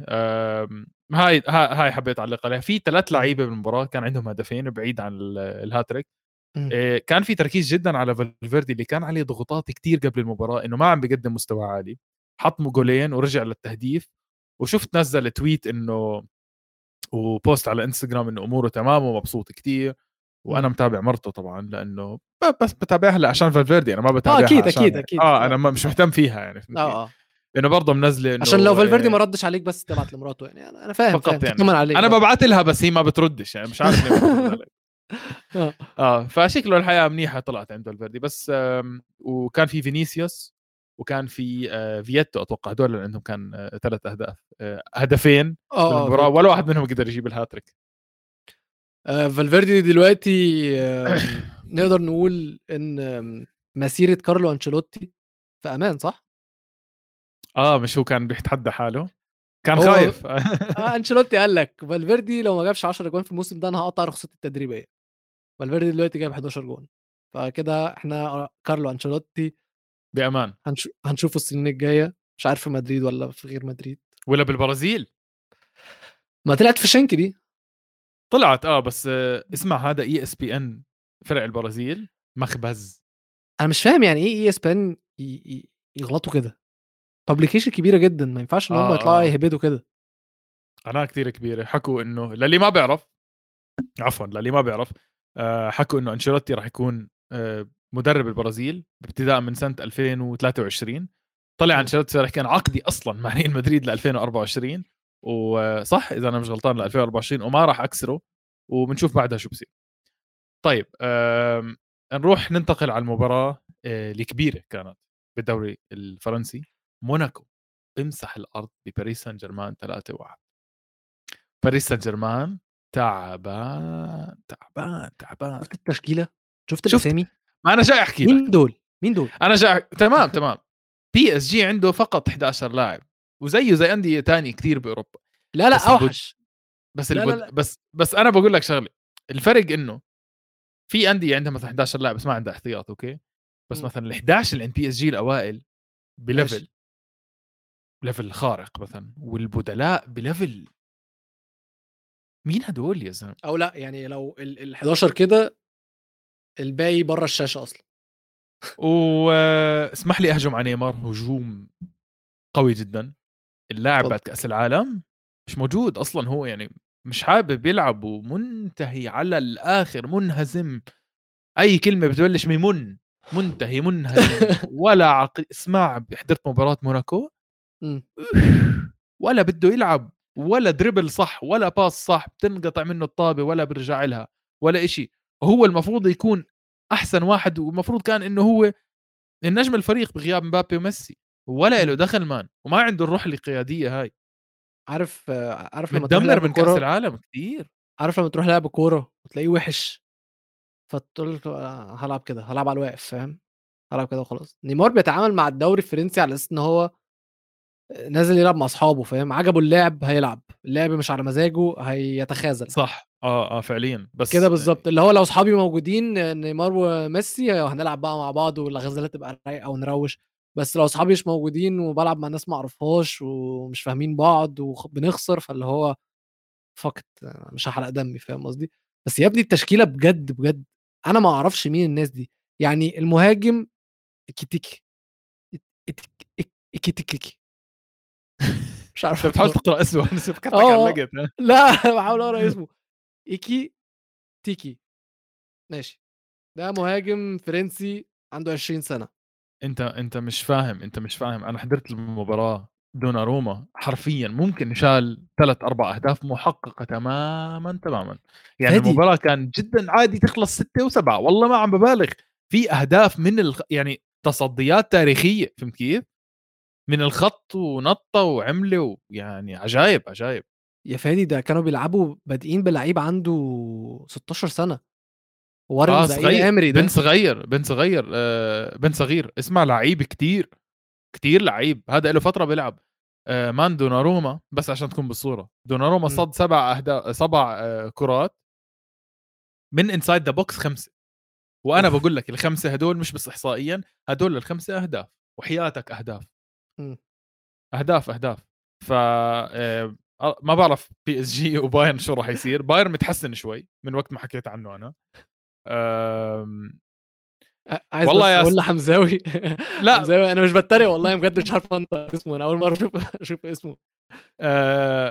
هاي حبيت اعلق عليها. في 3 إمم. لعيبه بالمباراه كان عندهم هدفين بعيد عن الهاتريك. إمم. كان في تركيز جدا على فالفيردي اللي كان عليه ضغوطات كتير قبل المباراه انه ما عم بيقدم مستوى عالي. حط إمم. جولين ورجع للتهديف. وشفت نزل تويت انه وبوست على انستغرام انه اموره تمام ومبسوط كتير. وانا إمم. متابع مرته طبعا، لانه بس بتابعها عشان فالفيردي، انا ما آه بتابعها أكيد، عشان انا آه. مش مهتم فيها يعني، فهمتني؟ آه. لانه برضه منزله عشان لو انه فالفيردي ما ردّش عليك بس تبعت لمراته يعني، أنا فاهم، فقط يعني تطمن عليه انا آه. ببعث لها بس هي ما بتردش، يعني مش عارف ليه ما بترد علي. آه. فشكله الحياه منيحه طلعت عند فالفيردي. بس وكان في فينيسيوس، وكان في فييتو، اتوقع هدول اللي عندهم كان 3 اهداف، هدفين بالمباراه، فيتو. ولا واحد منهم قدر يجيب الهاتريك. فالفيردي دلوقتي نقدر نقول إن مسيرة كارلو أنشيلوتي في أمان صح؟ مش هو كان بيتحدى حاله، كان هو خايف. أنشيلوتي قال لك فالفيردي لو ما جابش 10 جوان في الموسم ده أنا هاقطع رخصته التدريبية. فالفيردي دلوقتي جايب 11 جون، فكده إحنا كارلو أنشيلوتي بامان. هنشوفه السنين الجاية، مش عارف في مدريد والّا في غير مدريد. ولا بالبرازيل ما طلعت في شنك دي. طلعت. بس اسمع، هذا اي اس بي ان فرق البرازيل مخبز. أنا مش فاهم يعني إيه ESPN ي ي يغلطوا كده، publication كبيرة جدًا، ما ينفعش إن هم اه يطلعوا اه يهبدوا كده. قناه كثير كبيره حكوا انه للي ما بيعرف، عفوا للي ما بيعرف، حكوا انه انشيلوتي راح يكون مدرب البرازيل ابتداء من سنه 2023. طلع م. انشيلوتي راح كان عقدي اصلا مع ريال مدريد ل 2024، وصح اذا انا مش غلطان ل 2024، وما راح اكسره، وبنشوف بعدها شو بصير. طيب نروح ننتقل على المباراه الكبيره كانت بالدوري الفرنسي. موناكو امسح الارض بباريس سان جيرمان 3-1. باريس سان جيرمان تعبان تعبان تعبان. شفت التشكيله، شفت شفت، الاسامي، ما انا جاي احكي مين لك. دول مين دول؟ انا جاي تمام تمام. بي اس جي عنده فقط 11 لاعب، وزيه زي انديه تانية كثير باوروبا. لا لا بس البود اوحش. بس لا لا البود لا. بس انا بقول لك شغله. الفرق انه في انديه عندها مثلا 11 لاعب بس ما عندها احتياط، اوكي. بس م. مثلا ال 11 اللي عند بي اس جي الاوائل ماشي. بليفل خارق مثلا، والبدلاء بليفل. مين هدول يا زلمه؟ او لا يعني لو ال 11 كده الباقي بره الشاشه اصلا. واسمح لي اهجم على نيمار هجوم قوي جدا. اللاعب اتفضل. بعد كأس العالم مش موجود أصلا، هو يعني مش حابب يلعب، ومنتهي على الآخر، منهزم. أي كلمة بتبلش منتهي منهزم ولا اسمع، حضرت مباراة موناكو م. ولا بده يلعب، ولا دربل صح، ولا باس صح، بتنقطع منه الطابة ولا برجع لها ولا إشي. وهو المفروض يكون أحسن واحد، والمفروض كان إنه هو النجم الفريق بغياب مبابي وميسي، ولا له م. دخل مان، وما عنده الروح القيادية هاي. عارف لما تروح متدمر لعب من كأس كوره، العالم كتير. عارف لما تروح لعب كوره وتلاقيه وحش، فتقول له هلعب كده، هلعب على الواقف، فاهم؟ هلعب كده وخلاص. نيمار بيتعامل مع الدوري الفرنسي على اساس ان هو نازل يلعب مع اصحابه، فاهم؟ عجبه اللعب هيلعب، اللعب مش على مزاجه هيتخاذل. صح فعليا. كده بس بالظبط، اللي هو لو اصحابي موجودين نيمار وميسي هنلعب بقى مع بعض والغزاله تبقى رايقه ونروش. بس لو اصحابي مش موجودين وبلعب مع ناس ما اعرفهاش ومش فاهمين بعض وبنخسر، فاللي هو فقط مش هحرق دمي، فاهم قصدي؟ بس يا ابني التشكيله بجد بجد انا ما اعرفش مين الناس دي. يعني المهاجم اكيتيكي، اكيتيكي، مش عارف انت بتحاول انطق. تقرا اسمه انا فكرتك اه علقت ها. لا بحاول اقرا اسمه. ايكي تيكي. ماشي. ده مهاجم فرنسي عنده 20 سنه. انت مش فاهم انا حضرت المباراه. دوناروما حرفيا ممكن شال 3 4 اهداف محققه تماما تماما. يعني فادي. المباراه كان جدا عادي تخلص 6 و7، والله ما عم ببالغ. في اهداف من يعني تصديات تاريخيه، فهمت كيف؟ من الخط ونطه وعمله، يعني عجايب عجايب. يا فادي ده كانوا بيلعبوا بادئين بلعيب عنده 16 سنه، وارن زائير صغير، امري بن ده. صغير بن صغير بن صغير، اسمع لعيب كتير كتير لعيب. هذا له فتره بيلعب. مان دوناروما، بس عشان تكون بالصوره، دوناروما م. صد 7 اهداف، 7 كرات من انسايد ذا بوكس 5. وانا اوف. بقول لك ال5 هدول مش بس احصائيا، هدول ال5 اهداف، وحياتك اهداف م. اهداف اهداف. ف ما بعرف بي اس جي وبايرن شو راح يصير. بايرن متحسن شوي من وقت ما حكيت عنه انا. آم، عايز والله بس يا اقول لحمزاوي لا. حمزاوي انا مش بتريق والله بجد، مش عارف انطق اسمه، انا اول مره اشوف اسمه. آه،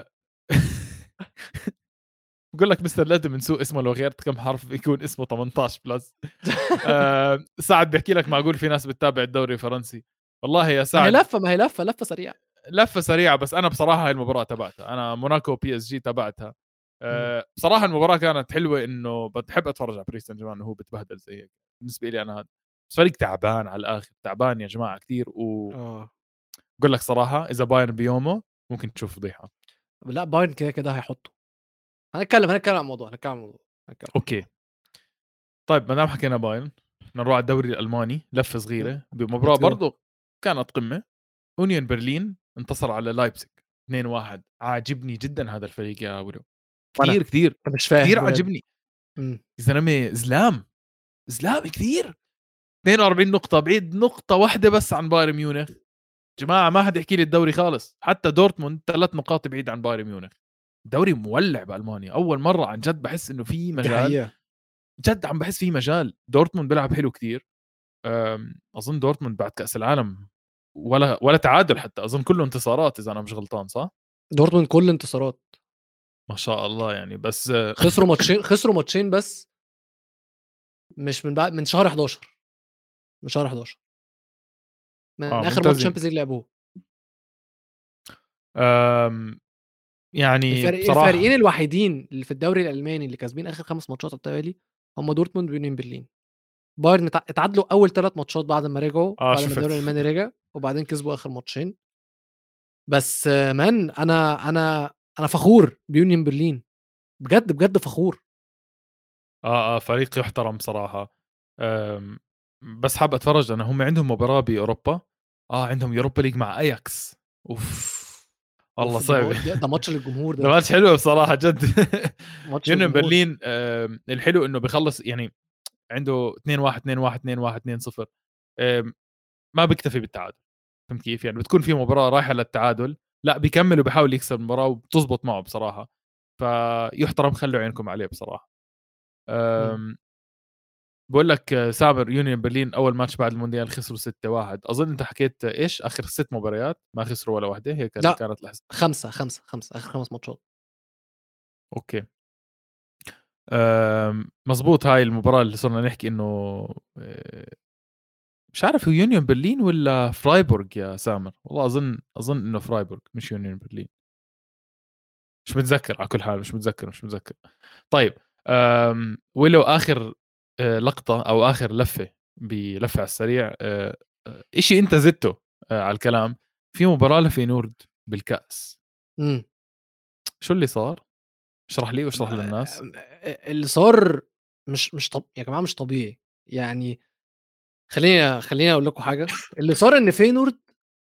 بقول لك مستر لازم من سوء اسمه، لو غيرت كم حرف يكون اسمه 18 بلس. سعد بيحكي لك معقول في ناس بتتابع الدوري الفرنسي. والله يا ما هي سعد، لفه، ما هي لفه سريعه. لفه سريعه. بس انا بصراحه هاي المباراه تبعتها، انا موناكو بي اس جي تبعتها. م. بصراحه المباراه كانت حلوه، انه بحب اتفرج على باريس سان جيرمان وهو بتبهدل زي هيك. بالنسبه لي انا هذا بس فريق تعبان على الاخر، تعبان يا جماعه كثير. وبقول اه لك صراحه اذا بايرن بيومه ممكن تشوف فضيحه. لا بايرن كده كده هيحطه. هنتكلم عن الموضوع، هنتكلم. اوكي. طيب ما دام حكينا بايرن، بدنا نروح على الدوري الالماني لفه يلا صغيره بمباراه ليتس جو. برضه كانت قمه. اونيون برلين انتصر على لايبزيج 2-1. عاجبني جدا هذا الفريق يا ولو، وانا كثير كثير مش فاهم كثير بجد. عاجبني. م. يا زلمه زلام، زلام كثير. 42 نقطه، بعيد نقطه واحده بس عن بايرن ميونخ. جماعه ما حد يحكي لي الدوري خالص. حتى دورتموند 3 نقاط بعيد عن بايرن ميونخ. الدوري مولع بالمانيا، اول مره عن جد بحس انه في دي مجال. حقيقه. جد عم بحس في مجال. دورتموند بيلعب حلو كثير. اظن دورتموند بعد كاس العالم ولا تعادل حتى، اظن كله انتصارات اذا انا مش غلطان، صح؟ دورتموند كل انتصارات. ما شاء الله يعني. بس خسروا ماتشين بس مش من بعد من شهر 11 من شهر 11 من اخر ماتش ممتازين. شامبيونز ليج لعبوه. آم، يعني الفريقين بصراحه الوحيدين اللي في الدوري الالماني اللي كاسبين اخر 5 ماتشات على التوالي هم دورتموند ويونيون برلين. بايرن اتعادلوا اول 3 ماتشات بعد ما رجعوا، بعد ما شفت. الدوري الالماني رجع، وبعدين كسبوا اخر ماتشين بس. مان انا فخور بيونيون برلين، بجد بجد فخور. فريق يحترم صراحه. آم، بس حاب اتفرج انا. هم عندهم مباراه باوروبا، عندهم يوروبا ليج مع اياكس. اوف والله صعبه. ده ماتش للجمهور ده ده، ماتش حلو بصراحه جد. ماتش يونيون للجمهور. برلين الحلو انه بيخلص يعني عنده 2-1 2-1 2-1 2-0. ما بيكتفي بالتعادل. فهمت كيف؟ يعني بتكون في مباراه رايحه للتعادل، لا بيكمل وبيحاول يكسب المباراه وبتزبط معه بصراحه. فيحترم، خلوا عينكم عليه بصراحه. إمم. أم، بقول لك سامر، يونيون برلين اول ماتش بعد المونديال خسروا 6-1. اظن انت حكيت ايش اخر 6 مباريات ما خسروا ولا واحده، هيك لأ، كانت لحظه. 5 5 5 آخر 5 ماتشات. اوكي. مزبوط. هاي المباراه اللي صرنا نحكي انه آه، مش عارف هو يونيون برلين ولا فرايبورغ يا سامر. والله اظن انه فرايبورغ مش يونيون برلين. مش متذكر على كل حال، مش متذكر. طيب. ولو اخر لقطه او اخر لفه بلفه على السريع، اشي انت زدته على الكلام. في مباراه لفينورد بالكاس. إمم. شو اللي صار؟ اشرح لي واشرح ما للناس. اللي صار مش يا جماعة مش طبيعي. يعني خلّيني أقول لكم حاجة. اللي صار إن فينورد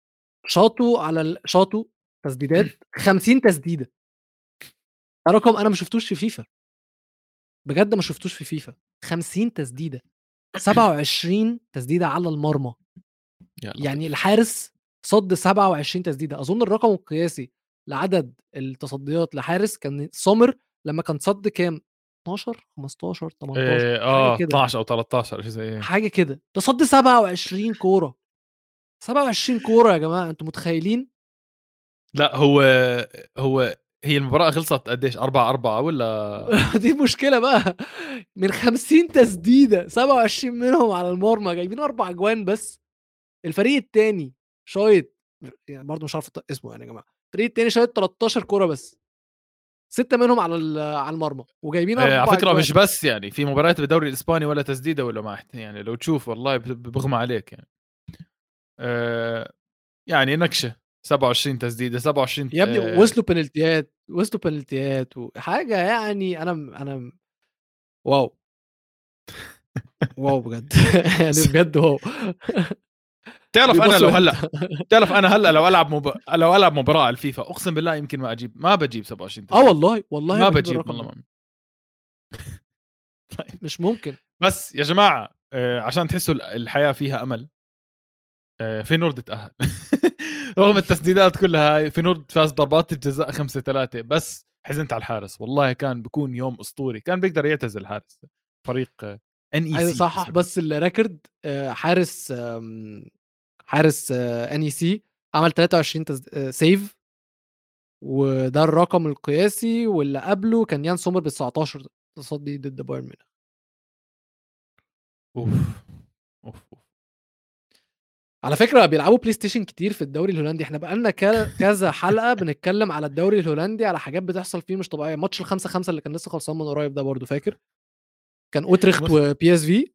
شاطوا تسديدات 50 تسديدة. ده رقم أنا ما شُفتوش في فيفا، بجد ما شُفتوش في فيفا. 50 تسديدة، 27 تسديدة على المرمى. يا يعني لطيف. الحارس صَد 27 تسديدة. أظن الرقم القياسي لعدد التصديات لحارس كان سومر لمّا كان صَد كام؟ 12، 15، 18 حاجة كده، 12 او 13 شيء زي هيك. حاجة كده. ده صَد 27 كورة، 27 كورة يا جماعة، أنتم متخيلين؟ لا هو هي المباراه خلصت قديش؟ 4-4 ولا؟ دي المشكلة بقى. من 50 تسديدة 27 منهم على المرمى، جايبين 4 أجوان بس. الفريق التاني شايط، يعني برضه مش عارف أنطق اسمه يعني يا جماعة. الفريق التاني شايط 13 كورة بس، 6 منهم على المرمى وجايبين على 4 فكرة أجوان. مش بس يعني في مباريات بالدوري الإسباني ولا تسديدة ولا ما يعني لو تشوف والله بغمى عليك يعني. آه، يعني نكشة. 27 تسديدة 27 يا ابني وصلوا بنالتيات وحاجة. يعني أنا واو، واو بجد. يعني بجد واو. تعرف أنا بيباصوا لو إمتى؟ هلا تعرف أنا هلا لو ألعب مباراة على الفيفا أقسم بالله يمكن ما بجيب 27 تسديدة. والله ما ما باجيب بجيب الرقم والله ده، ما. طيب. مش ممكن. بس يا جماعة عشان تحسوا الحياة فيها أمل، في نورد تأهل. رغم التسديدات كلها هاي، في نورد فاز ضربات الجزاء 5-3. بس حزنت على الحارس والله، كان بيكون يوم اسطوري، كان بيقدر يعتزل الحارس. فريق ان اي عايز سي أصحّح اسمه. بس الrecord. حارس NEC عمل 23 save، وده الرقم القياسي. واللي قبله كان يان سومر ب19 تصدي ضد بايرن ميونخ. اوف اوف اوف. على فكرة بيلعبوا بلاي ستيشن كتير في الدوري الهولندي. إحنا بقى لنا كذا حلقة بنتكلم على الدوري الهولندي، على حاجات بتحصل فيه مش طبيعية. ماتش ال5-5 اللي كان لسه خلصان من قريب ده برضه فاكر؟ كان أوتريخت وPSV.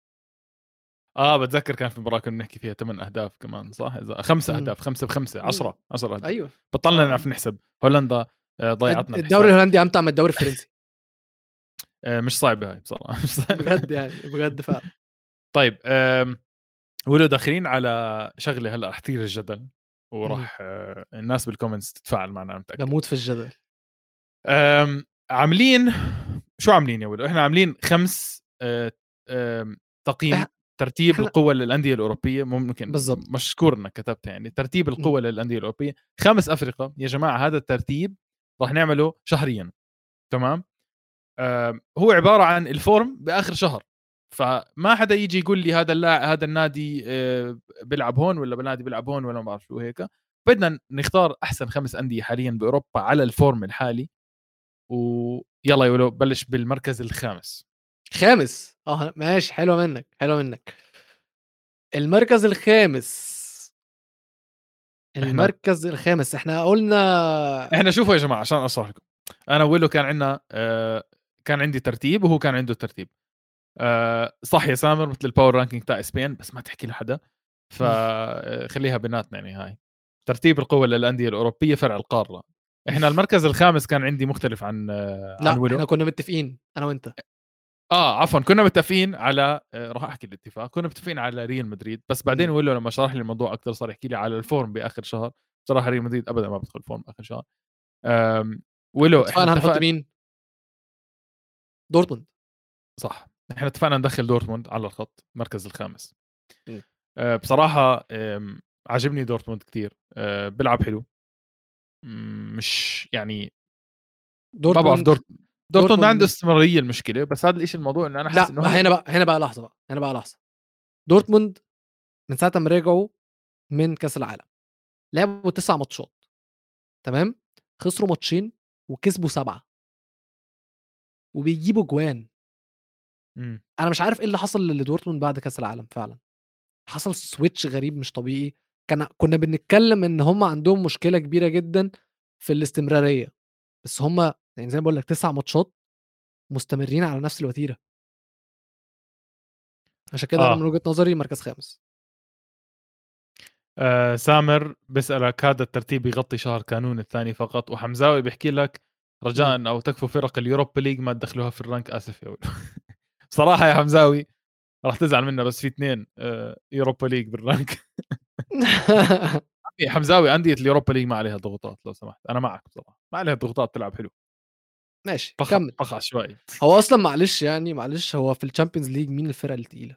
بتذكر كان في مباراة كنا نحكي فيها 8 اهداف كمان، صح؟ اذا 5 إمم. اهداف 5 ب5 إمم. 10 اهداف. أيوه. بطلنا آه. نعرف نحسب. هولندا ضيعتنا الدوري الحساب. الهولندي أمتع من الدوري الفرنسي. مش صعبة هاي بصراحة. مش صعبة. بجد يعني، بجد فعلًا. طيب. ولو داخلين على شغله هلا رح تثير الجدل، اهم. وراح الناس بالكومنتس تتفاعل معنا، انا متاكد. باموت في الجدل. عاملين شو عاملين يا ولد؟ احنا عاملين 5 تقييم، إح ترتيب إحنا القوى للانديه الاوروبيه. ممكن بالضبط. مشكور انك كتبتها، يعني ترتيب إمم. القوى للانديه الاوروبيه. 5 افرقه يا جماعه. هذا الترتيب راح نعمله شهريا. تمام. هو عباره عن الفورم باخر شهر. فما حدا يجي يقول لي هذا النادي بيلعب هون ولا بالنادي بيلعب هون ولا ما بعرف شو هيك. بدنا نختار احسن 5 انديه حاليا باوروبا على الفورم الحالي. ويلا يقولوا بلش بالمركز الخامس. خامس، ماشي، حلوه منك حلوه منك. المركز الخامس، احنا المركز الخامس احنا قلنا. احنا شوفوا يا جماعه عشان اشرح لكم. انا ويلو كان عندنا كان عندي ترتيب وهو كان عنده ترتيب. صح يا سامر، مثل الباور رانكينج تاع اسبين، بس ما تحكي لحدا، فخليها بيناتنا يعني. هاي ترتيب القوة للأندية الأوروبية فرع القارة. احنا المركز الخامس كان عندي مختلف عن لا، ويلو. احنا كنا متفقين انا وانت. عفوا، كنا متفقين على راح احكي الاتفاق. كنا متفقين على ريال مدريد، بس بعدين ويلو لما شرح لي الموضوع اكثر صار يحكي لي على الفورم باخر شهر. بصراحة ريال مدريد ابدا ما بدخل فورم اخر شهر. ويلو احنا واتفقنا هنحط اتفقنا. مين؟ دورتموند. صح، احنا اتفقنا ندخل دورتموند على الخط المركز الخامس. مم. بصراحة عجبني دورتموند كثير. بيلعب حلو. مش يعني ما بعرف دورتموند دورتموند ما عنده دورتموند استمرارية. المشكلة بس هذا الشيء، الموضوع انه انا حاسس لا، انه ما هلا هنا بقى لحظه بقى، هنا بقى لحظه. دورتموند من ساعه ما رجعوا من كاس العالم لعبوا 9 ماتشات، تمام؟ خسروا ماتشين وكسبوا 7، وبيجيبوا جوان. مم. انا مش عارف ايه اللي حصل لدورتموند بعد كاس العالم فعلا. حصل سويتش غريب مش طبيعي. كنا بنتكلم ان هم عندهم مشكله كبيره جدا في الاستمراريه، بس هم يعني زي ما بقول لك 9 ماتشات مستمرين على نفس الوتيره. عشان كده انا من اه وجهه نظري مركز خامس. سامر بيسألك هذا الترتيب يغطي شهر كانون الثاني فقط، وحمزاوي بيحكي لك مم. رجاء او تكفوا فرق اليوروبا ليج ما تدخلوها في الرانك. اسف يا ولد. بصراحة يا حمزاوي راح تزعل منا، بس في اثنين يوروبا ليج بالرانك. حمزاوي أندية اليوروبا ليج ما عليها ضغوطات لو سمحت، انا معك بصراحة، ما عليها ضغوطات، تلعب حلو. ماشي، طخ كمل. طخ عشوائي. هو اصلا معلش يعني معلش، هو في الشامبيونز ليج مين الفرق التقيله؟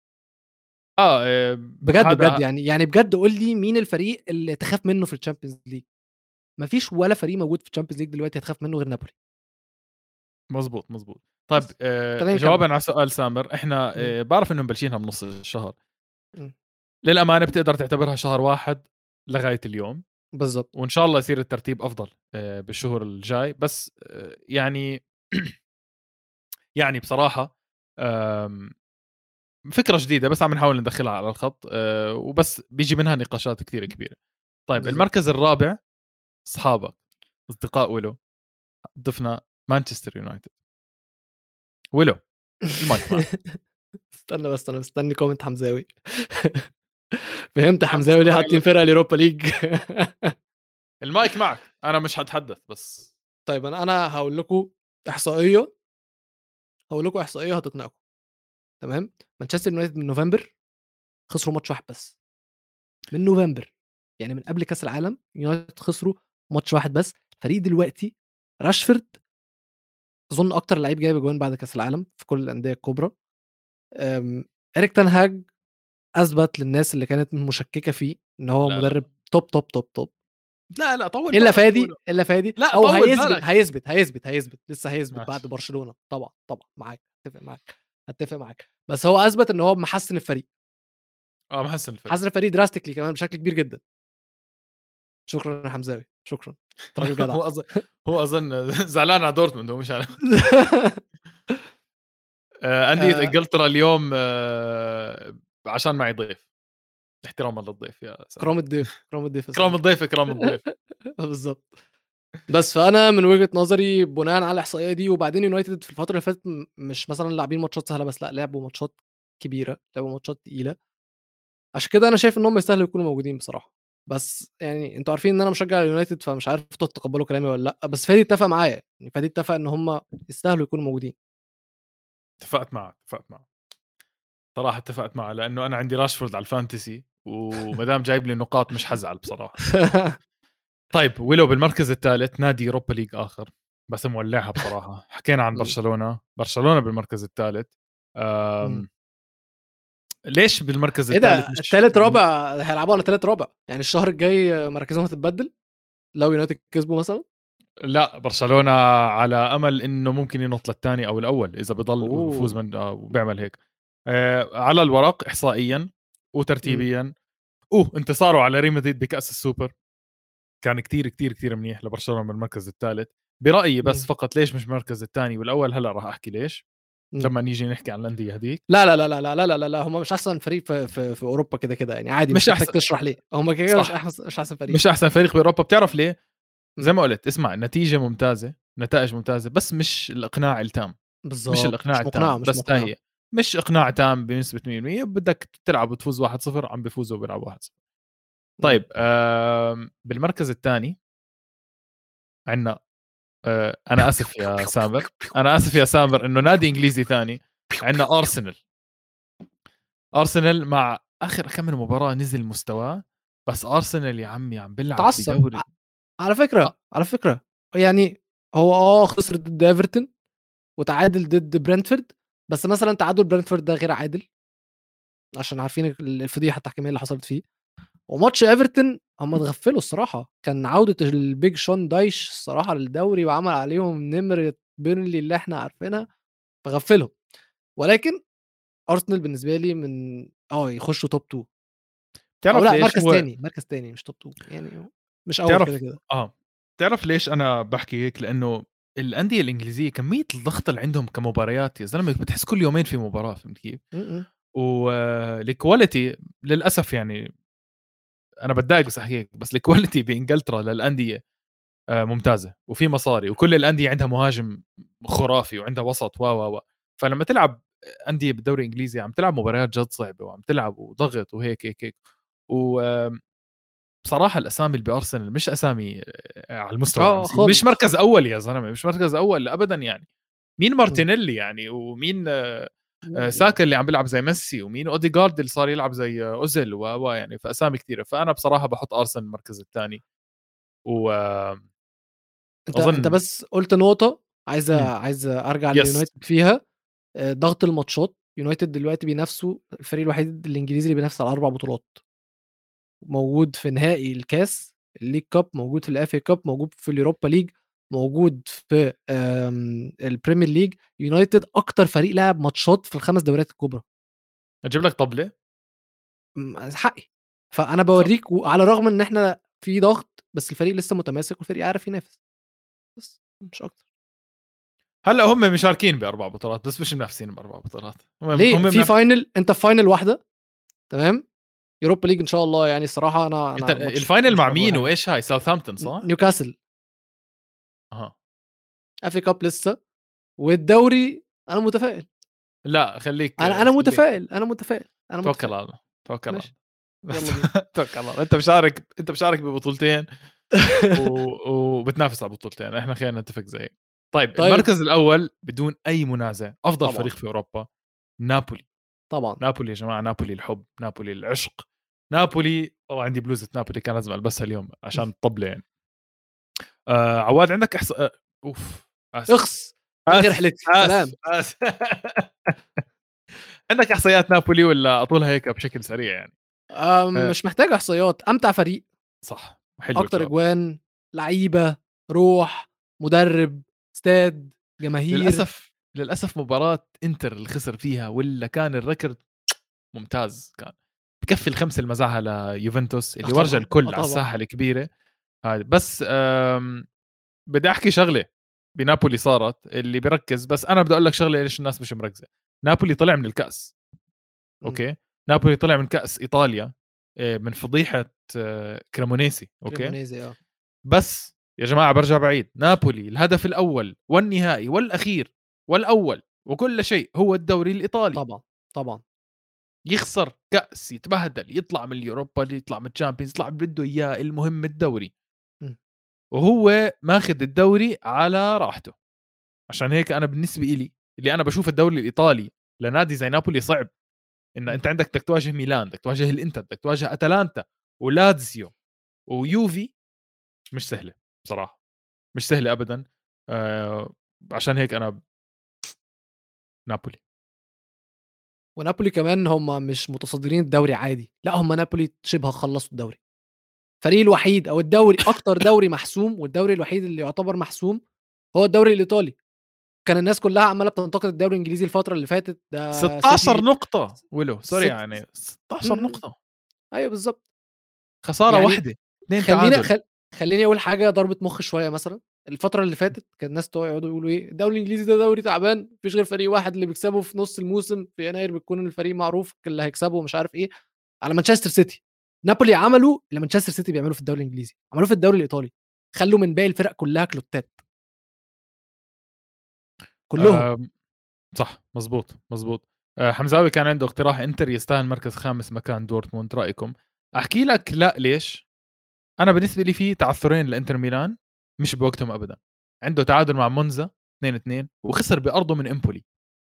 بجد بجد هذا يعني بجد قول لي مين الفريق اللي تخاف منه في الشامبيونز ليج؟ مفيش ولا فريق موجود في الشامبيونز ليج دلوقتي هتخاف منه غير نابولي. مزبوط مزبوط. طيب بس خلينا نكمل. جوابا على سؤال سامر، احنا مم. بعرف انه مبلشينها بنص الشهر. مم. للامانه بتقدر تعتبرها شهر واحد لغايه اليوم، بالظبط. وان شاء الله يصير الترتيب افضل بالشهور الجاي. بس يعني يعني بصراحه آم، فكره جديده، بس عم نحاول ندخلها على الخط وبس بيجي منها نقاشات كثير كبيره. طيب بالظبط. المركز الرابع، اصحابك اصدقاء ويلو، ضفنا مانشستر يونايتد. ويلو المايك معك. استنى بس، انا مستني كومنت حمزاوي. فهمت يا عم حمزاوي ليه اصبر حاطين على فرقه اليوروبا ليج. المايك معك، انا مش هتحدث بس. طيب انا هقول لكم احصائيه، هتقنعكم. تمام. مانشستر يونايتد من نوفمبر خسروا ماتش واحد بس. من نوفمبر، يعني من قبل كاس العالم يونايتد خسروا ماتش واحد بس. فريق دلوقتي راشفورد اظن اكتر لعيب جايب اجوان بعد كاس العالم في كل الانديه الكبرى. اريك تان هاج اثبت للناس اللي كانت مشككه فيه ان هو لا لا مدرب توب توب توب توب. لا لا، طول الا بالك يا فادي، ولد. الا فادي، لا او طول هيثبت بالك. هيثبت هيثبت هيثبت لسه هيثبت بعد ماشي. برشلونه. طبعا طبعا معاك، اتفق معاك. بس هو اثبت ان هو محسن الفريق، محسن الفريق. حسن الفريق دراستيكلي كمان بشكل كبير جدا. شكرا يا حمزاوي، شكرا. انت راجل جدع. هو اظن زعلان على دورتموند، هو مش على أندية آه، انجلترا اليوم عشان معي ضيف. احتراما للضيف يا سامر. كرام الضيف، كرام الضيف يا كرام سامر. الضيف كرام الضيف. بالظبط. بس فانا من وجهه نظري بناء على الاحصائيه دي، وبعدين يونايتد في الفتره اللي فاتت مش مثلا لاعبين ماتشات سهله بس، لا لعبوا ماتشات كبيره، لعبوا ماتشات تقيله. عشان كده انا شايف ان هم يستاهلوا يكونوا موجودين بصراحه. بس يعني انتوا عارفين ان انا مشجع اليونايتد، فمش عارف انتوا تتقبلوا كلامي ولا لا. بس فادي اتفق معايا، يعني فادي اتفق ان هم يستاهلوا يكونوا موجودين. اتفقت معك صراحة، اتفقت معه لأنه أنا عندي راشفورد على الفانتسي، ومدام جايب لي نقاط مش حزعل بصراحة. طيب ويلو بالمركز الثالث، نادي يوروبا ليج آخر بس مولعها بصراحة. حكينا عن مم. برشلونة بالمركز الثالث. مم. ليش بالمركز ايه الثالث ده؟ مش التالت رابع هيلعبوا على تالت رابع، يعني الشهر الجاي مراكزهم هتتبدل لو يونايتد كسبوا مثلا. لا، برشلونة على امل انه ممكن ينط للثاني او الاول اذا بضل وبفوز اوه. من وبيعمل هيك. على الورق احصائيا مم. وترتيبيا، انتصاره على ريال مدريد بكأس السوبر كان كتير كتير كتير منيح لبرشلونة بالمركز الثالث. برايي بس إمم. فقط ليش مش المركز الثاني والاول، هلا راح احكي ليش إمم. لما نيجي نحكي عن الانديه هذيك. لا، لا، لا، لا، لا، لا، لا، لا، لا، هم مش أحسن فريق في أوروبا كده، يعني عادي مش مش محتاج احسن، تشرح ليه، هم كده صح، مش أحسن فريق. مش احسن فريق باوروبا. بتعرف ليه؟ إمم. زي ما قلت، اسمع، نتيجه ممتازه، نتائج ممتازه، بس مش الاقناع التام. مش بالضبط، الاقناع مش مقنعة، التام، مش بس هاي مقنعة. هي. مش اقناع تام بنسبه 100%. بدك تلعب وتفوز 1-0، عم بيفوزوا وبيلعبوا 1-0. إمم. طيب بالمركز الثاني عندنا انا اسف يا سامر، انا اسف يا سامر انه نادي انجليزي ثاني. عندنا ارسنال. ارسنال مع اخر كم من مباراه نزل مستواه، بس ارسنال يا عمي عم بيلعب اتعصب بدوري. على فكرة، آه، على فكرة، يعني هو خسر ضد إيفرتون وتعادل ضد برنتفورد، بس مثلًا تعادل برنتفورد ده غير عادل، عشان عارفين الفضيحة التحكيمية اللي حصلت فيه. وماتش إيفرتون هم اتغفّلوا الصراحة، كان عودة الbig شون دايش الصراحة للدوري وعمل عليهم نمرة بيرنلي اللي إحنا عارفينها، فغفّلهم. ولكن أرسنال بالنسبة لي من يخشوا top 2 أو بتعرف لأ ليش هو؟ مركز تاني مش top 2 يعني مش أول كده، بتعرف كده. بتعرف ليش انا بحكي هيك؟ لانه الانديه الانجليزيه كميه الضغط اللي عندهم كمباريات يا زلمه، بتحس كل يومين في مباراه، فهمت كيف؟ إمم. إمم. والكواليتي للاسف يعني، انا بتضايق بس احكي هيك، بس الكواليتي بانجلترا للانديه ممتازه، وفي مصاري، وكل الانديه عندها مهاجم خرافي، وعندها وسط و فلما تلعب انديه بالدوري الانجليزي عم تلعب مباريات جد صعبه، وعم تلعب وضغط وهيك هيك هيك. وبصراحه الاسامي اللي بارسنال مش اسامي على المستوى الامثل، مش خالص. مركز اول يا زلمه، مش مركز اول ابدا يعني. مين إمم. مارتينيلي يعني، ومين إمم. ساكا اللي عم بيلعب زي ميسي، ومين اوديغارد اللي صار يلعب زي اوزيل يعني فاسامي كثيره. فانا بصراحه بحط ارسنال المركز الثاني. واظن أنت بس قُلت نقطة امم عايز أرجع يس. ليونايتد فيها. ضغط الماتشات، يونايتد دلوقتي بينافسوا الفريق الوحيد الإنجليزي اللي بينافس على 4 بطولات، موجود في نهائي الكاس، الLeague Cup، موجود في الFA Cup، موجود في الEuropa League، موجود في الPremier League. يونايتد أكتر فريق لعب ماتشات في ال5 دوريات الكبرى. اجيب لك طبله. حقي. فأنا خ... باورّيك وعلى الرغم إن إحنا في ضغط، بس الفريق لسه متماسك والفريق عارف ينافس، بس مش أكتر. هلا هم مشاركين باربع بطولات، بس مش منافسين باربع بطولات. هم ليه؟ في منافس. final، أنت في final واحدة، تمام. Europa League إن شاء الله يعني الصراحة انت أنا الفاينل مش مع هابقى ولا مين حاجة. وايش هاي؟ ساوثهامبتون صح؟ نيوكاسل. اها. FA Cup لسه، والدوري أنا متفائل. لا خليك أنا خليك متفائل، أنا متفائل، أنا توكل متفائل. على الله، توكل على الله. ماشي، يالّا بينا. توكل على الله. انت مشارك ببطولتين و... وبتنافس على بطولتين. احنا خلينا نتفق زي. طيب طيب. المركز الاول بدون اي منازع افضل طبعًا. فريق في اوروبا، نابولي. طبعًا. نابولي يا جماعه، نابولي الحب، نابولي العشق. نابولي والله عندي بلوزة نابولي كان لازم البسها اليوم عشان الطبله يعني. عواد عندك اوف، اسف، اخس، الغي اسف، رحلتي، اسف، سلام. اسف. عندك احصائيات نابولي ولا اطولها هيك بشكل سريع يعني؟ آه، مش محتاج إحصائيات، أمتع فريق، صح، حلو أكتر الجواب. أجوان، لعيبة، روح، مدرب، استاد، جماهير. للاسف مباراة انتر اللي خسر فيها، ولا كان الركض ممتاز كان، بكفي الخمسة اللي مزعها ليوفنتوس اللي ورجى طبعًا، الكل على طبعًا. الساحة الكبيرة. هاي بس بدي احكي شغلة بنابولي صارت اللي بيركز، بس انا بدي اقول لك شغلة ليش الناس مش مركزة. نابولي طلع من الكأس، إمم. اوكي. نابولي طلع من كأس ايطاليا من فضيحة كريمونيسي، اوكي. كريمونيزي بس يا جماعة برجع بعيد، نابولي الهدف الأول والنهائي والأخير والأول وكل شيء هو الدوري الإيطالي. طبعًا، طبعًا. يخسر كأس، يتبهدل، يطلع من اليوروبا، يطلع من الشامبيونز، يطلع اللي بده إياه، المهم الدوري. إمم. وهو ماخذ الدوري على راحته. عشان هيك أنا بالنسبة إلي اللي أنا بشوف الدوري الإيطالي لنادي زي نابولي صعب. إن إمم. أنت عندك بدك تواجه ميلان، بدك تواجه الإنتر، بدك تواجه أتلانتا ولازيو ويوفي. مش سهلة بصراحة، مش سهلة أبدا. آه عشان هيك أنا نابولي. ونابولي كمان هم مش متصدرين الدوري عادي، لأ هم نابولي شبه خلّصوا الدوري. الفريق الوحيد أو الدوري أكتر دوري محسوم، والدوري الوحيد اللي يعتبر محسوم هو الدوري الإيطالي. كان الناس كلّها عمّالة بتنتقد الدوري الإنجليزي الفترة اللي فاتت، ده 16 سيتي نقطة ولو سوري ست يعني 16 إمم. نقطة، أيوه بالضبط. خسارة يعني واحدة، 2 خلّينا تعادل. خلّيني أقول حاجة ضربة مُخ شوية مثلًا، الفترة اللي فاتت كان الناس يقعدوا يقولوا إيه، الدوري الإنجليزي ده دوري تعبان، ما فيش غير فريق واحد اللي بيكسبه في نُص الموسم، في يناير بتكون الفريق معروف اللي هيكسبه ومش عارف إيه، على مانشستر سيتي. نابولي عملوا اللي مانشستر سيتي بيعملوه في الدوري الإنجليزي، عملوه في الدوري الإيطالي، خلّوا من باقي الفرق كلّها كلوتات، كلّهم. آمم، صح، مضبوط، مضبوط. حمزاوي كان عنده اقتراح إنتر يستاهل مركز خامس مكان دورتموند، رأيكم؟ أحكي لك لأ ليش. أنا بالنسبة لي في تعثُّرين لإنتر ميلان مش بوقتهم أبدًا. عنده تعادل مع مونزا 2-2 وخسر بأرضه من إمبولي.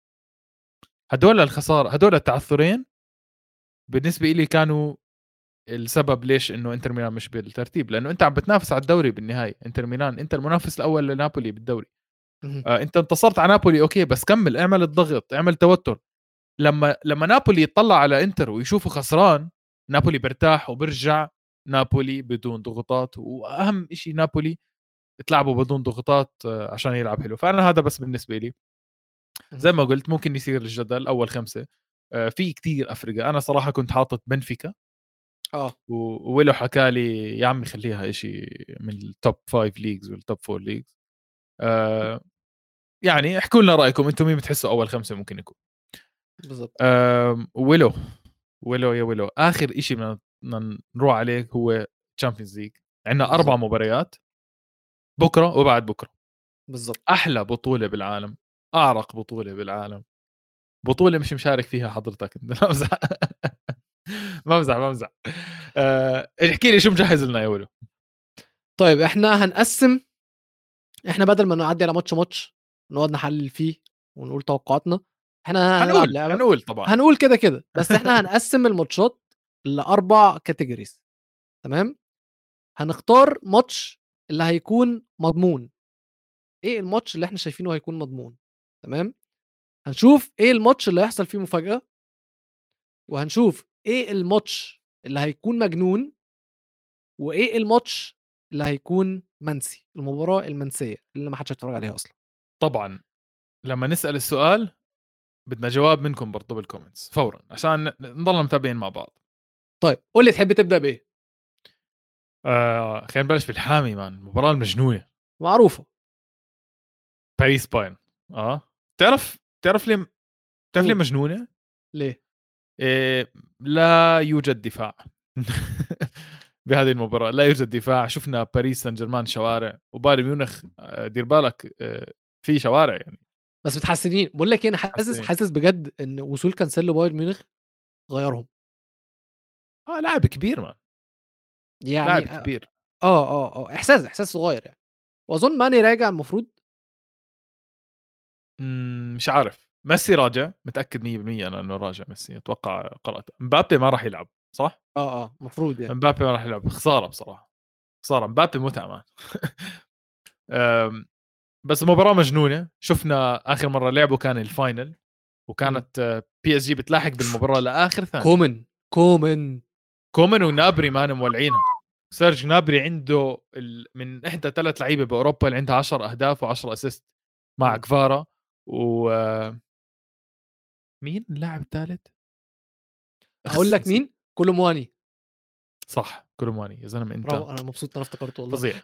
هدول التعثُّرين بالنسبة إلي كانوا السبب ليش إنه إنتر ميلان مش بالترتيب، لإنه أنت عم بتنافس على الدوري بالنهاية. إنتر ميلان أنت المنافس الأول لنابولي بالدوري. اهم، أنت انتصرت على نابولي أوكي، بس كمّل، اعمل الضغط، اعمل توتُّر. لمّا نابولي يطلّع على إنتر ويشوفه خسران، نابولي بيرتاح وبيرجع نابولي بدون ضغوطات، وأهم إشي نابولي تلعبوا بدون ضغوطات عشان يلعب حلو. فأنا هذا بس بالنسبة لي. اهم، زي ما قُلت ممكن يصير الجدل أول 5. في كتير أفرقة، أنا صراحة كنت حاطط بنفيكا، آه، وويلو حكى لي يا عمي خلّيها إشي من الtop 5 leagues والtop 4 leagues. آآ يعني احكوا لنا رأيكم أنتم مين بتحسوا أول 5 ممكن يكون. بالضبط، ويلو يا ويلو، آخر إشي بدنا نروح عليه هو Champions League. عندنا 4 بالضبط، مباريات بكرة وبعد بكرة. بالضبط. أحلى بطولة بالعالم، أعرق بطولة بالعالم، بطولة مش مشارك فيها حضرتك أنت. بامزح. بامزح. احكِ لي شو مجهّز لنا يا ويلو؟ طيب إحنا بدل ما نعدّي على ماتش، نقعد نحلّل فيه ونقول توقعاتنا، إحنا هنلعب لعبة هنقول طبعًا. هنقول كده، بس إحنا هنقسّم الماتشات ل4 categories تمام، هنختار ماتش اللي هيكون مضمون، إيه الماتش اللي إحنا شايفينه هيكون مضمون، تمام، هنشوف إيه الماتش اللي هيحصل فيه مفاجأة، وهنشوف إيه الماتش اللي هيكون مجنون، وإيه الماتش اللي هيكون منسي، المباراة المنسية اللي ما حدش هيتفرّج عليها أصلًا. طبعًا لمّا نسأل السؤال بدنا جواب منكم برضه بالcomments فورًا عشان نضلنا متابعين مع بعض. طيب قُل لي تحب تبدأ بإيه؟ خلينا نبلش بالحامي مان، المباراة المجنونة. معروفة، باريس بايرن. تعرف ليه قُل، مجنونة؟ ليه؟ آآ لا يوجد دفاع. بهذه المباراة لا يوجد دفاع. شُفنا باريس سان جيرمان شوارع، وبايرن ميونخ دير بالك في شوارع يعني. بس متحسنين، باقول لك إيه، أنا حاسين حاسس بجد إن وصول كانسيلو بايرن ميونخ غيّرهم، لاعب كبير مان، لاعب يعني كبير. إحساس صغير يعني، وأظن ماني راجع المفروض. مش عارف، ميسي راجع، متأكد 100% أنا إنه راجع ميسي، أتوقع قرأت. مبابي ما راح يلعب، صح؟ المفروض يعني، مبابي ما راح يلعب، خسارة بصراحة، خسارة. مبابي متعة مان. آمم بس مباراة مجنونة. شُفنا آخر مرّة لعبوا كان الفاينل، إمم، وكانت PSG بتلاحق بالمباراة لآخر ثانية. كومان، كومان ونابري مان مولعينها. سيرج نابري عنده من إحدى 3 لعيبة بأوروبا اللي عندها 10 أهداف و10 أسيست مع إمم، كفارا. و مين اللاعب الثالث؟ أقول لك نسيت. مين، كولو مواني، صح كولوماني، يا زلمة أنت برافو، أنا مبسوط إن أنا افتكرته والله. فظيع.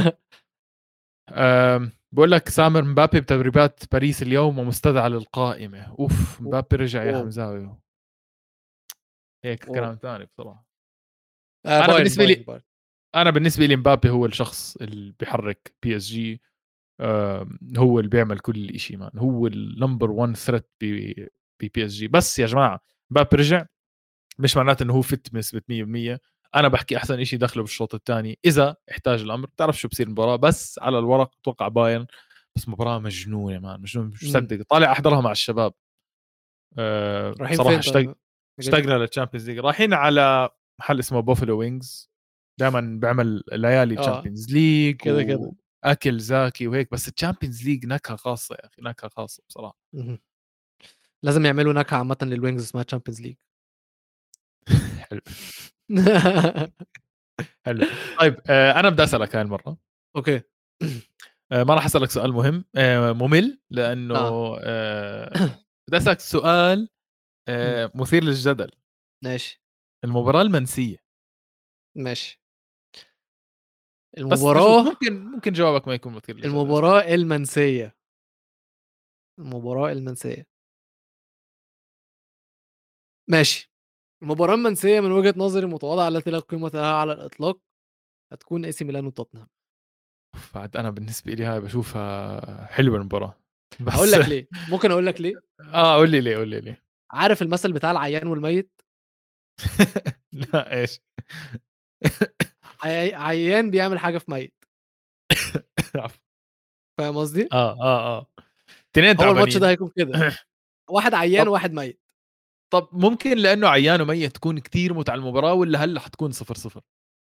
باقول لك سامر مبابي بتدريبات باريس اليوم ومستدعى للقائمة. أوف مبابي رجع يا واو، حمزاوي. هيك واو! كلام ثاني بصراحة. أنا بايرن، بالنسبة بايرن، لي بايرن، أنا بالنسبة لي مبابي هو الشخص اللي بيحرك PSG. هو اللي بيعمل كل شيء مان، هو النمبر 1 ثريت بPSG. بس يا جماعة مبابي رجع مش معناته انه هو فت بنسبة 100%. انا بحكي احسن شيء دخله بالشوط الثاني اذا احتاج الامر. بتعرف شو بصير المباراة، بس على الورق اتوقع بايرن. بس مباراة مجنونة مان، مجنون، مش إمم، مصدق طالع احضرها مع الشباب. رايحين بصراحة فين طيب بجد؟ اشتقنا للتشامبيونز ليج. رايحين على محل اسمه بوفلو وينجز، دائما بيعمل ليالي آه، تشامبيونز ليج كده، واكل زاكي وهيك. بس التشامبيونز ليج نكهه خاصه يا اخي، نكهه خاصه بصراحه. اهم، لازم يعملوا نكهة عامةً للwings اسمها champions league. حلو. حلو. طيب انا بدي اسالك هاي المره. أوكي. ما راح اسالك سؤال مهم ممل لانه آه. بدي اسالك سؤال إمم، مثير للجدل. ماشي، المباراه المنسيه ماشي. بس بشوف المباراة ممكن جوابك ما يكون مثير للجدل. المباراة المنسية. المباراة المنسية. ماشي. المباراة المنسية من وجهة نظري المتواضعة التي لا قيمة لها على الإطلاق هتكون AC ميلان وتوتنهام. بعد انا بالنسبه لي هاي بشوفها حلوه المباراه هاقول بس لك ليه، ممكن أقول لك ليه؟ قول لي ليه، قول لي ليه. عارف المثل بتاع العيان والميت؟ لا ايش؟ عيان بيعمل حاجة في ميت، فاهم قصدي؟ اه اثنين هو الماتش ده تعبانين. هيكون كده، واحد عيان طب وواحد ميت. طب ممكن لانه عيان وميت تكون كتير متعه المباراه، ولا هلا حتكون 0-0؟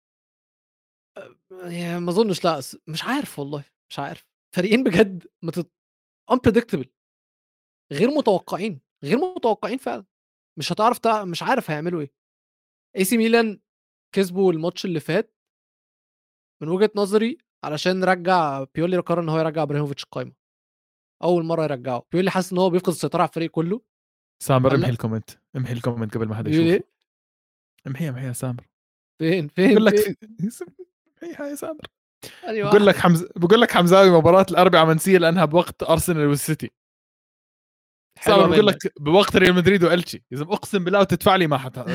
يعني ما أظنش، لأ، مش عارف والله، مش عارف. فريقين بجد unpredictable، غير متوقعين، غير متوقعين فعلًا. مش هتعرف مش عارف هيعملوا إيه. AC ميلان كسبوا الماتش اللي فات من وجهة نظري علشان بيولي قرر إن هو يرجّع إبراهيموفيتش القايمة، أول مرّة يرجّعه. بيولي حاسس إن هو بيفقد السيطرة على الفريق كلّه، سامر امحي مقلّق. الكومنت، امحي الكومنت قبل ما حدا بيقول يشوفه. إيه؟ امحيها يا سامر. فين، فين، بقول لك فين؟ امحيها يا سامر. أنهي واحدة؟ بقول لك حمزاوي مباراة الأربعاء منسية لأنها بوقت أرسنال والسيتي. سامر حلوة بقول لك منّك. بوقت ريال مدريد وألشي، إذا أقسم بالله وتدفع لي ما حت.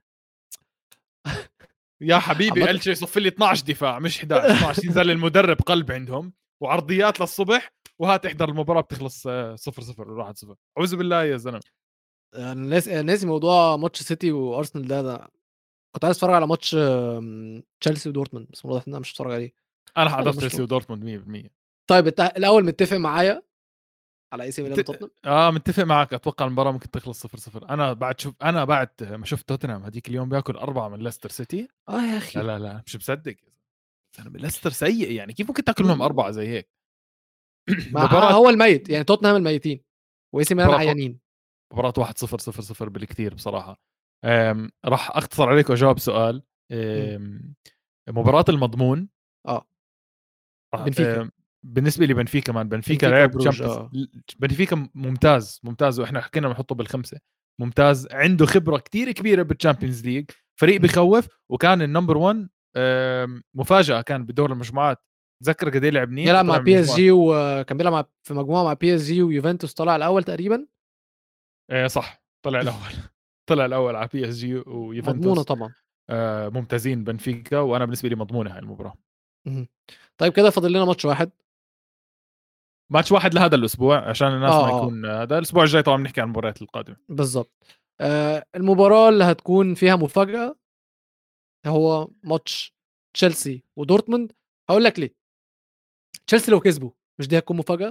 يا حبيبي عامةً ألشي يصفي لي 12 دفاع مش 11. 12 ينزل المدرب قلب عندهم وعرضيات للصبح، وهات احضر المباراة بتخلص 0-0 ولا 1-0. أعوذ بالله يا زلمة. أنا ناسي موضوع ماتش سيتي وأرسنال ده كنت عايز أتفرّج على ماتش تشيلسي ودورتموند، بس واضح إن أنا مش هاتفرّج عليه. أنا يالّا حضرت مش تشيلسي مهم. ودورتموند 100%. طيب أنت الأول متّفق معايا على AC ميلان وتوتنهام؟ متفق معك. اتوقع المباراه ممكن تخلص 0-0. انا بعد ما شفت توتنهام هذيك اليوم بياكل 4 من ليستر سيتي. يا لا أخي. لا لا مش مصدق. زلمه ليستر سيء، يعني كيف ممكن تاكل منهم إمم. 4 زي هيك؟ ما مباراه هو الميت، يعني توتنهام الميتين وAC ميلان مباراه عيانين. مباراه 1-0 0-0 بالكثير بصراحه. راح اختصر عليك واجاوب سؤال. إمم. مباراه المضمون. آه. آه، بنفيكا. بالنسبه لي بنفيكا، كمان بنفيكا بنفيكا لعب وبروج تشامبيونز. بنفيكا ممتاز ممتاز، واحنا حكينا بنحطه بالخمسه. ممتاز، عنده خبره كتير كبيره بالتشامبيونز ليج. فريق إمم. بخوف، وكان النمبر 1 مفاجاه كان بدور المجموعات. تذكر قد ايه لعب منيح بيلعب مع وطلع من المجموعات. PSG وكان بيلعب في مجموعة مع PSG ويوفنتوس طلع الأول تقريبًا. صح طلع الاول. طلع الاول على بي اس جي مضمونة ويوفنتوس. طبعًا. ممتازين بنفيكا، وانا بالنسبه لي مضمونه هاي المباراه. اهم. طيب كده فاضل لنا ماتش واحد. ماتش واحد لهذا الاسبوع عشان الناس ما آه. يكون هذا الاسبوع الجاي طبعا بنحكي عن المباريات القادمه. بالضبط. المباراة اللي هتكون فيها مفاجأة هو ماتش تشيلسي ودورتموند. هاقول لك ليه. تشيلسي لو كسبوا مش دي هتكون مفاجأة؟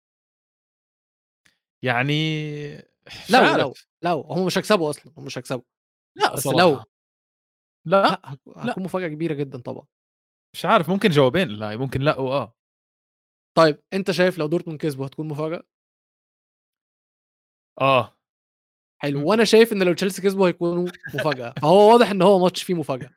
يعني مش لو عارف. لو هم مش هيكسبوا أصلًا، هم مش هيكسبوا، لأ بس لو صراحة. لأ، لأ لأ، هتكون مفاجأة كبيرة جدًا طبعًا. مش عارف. ممكن جوابين، لا ممكن لأ طيب أنت شايف لو دورتموند كسبوا هتكون مفاجأة؟ آه. حلو، م وأنا شايف إن لو تشيلسي كسبوا هيكونوا مفاجأة، فهو واضح إن هو ماتش فيه مفاجأة.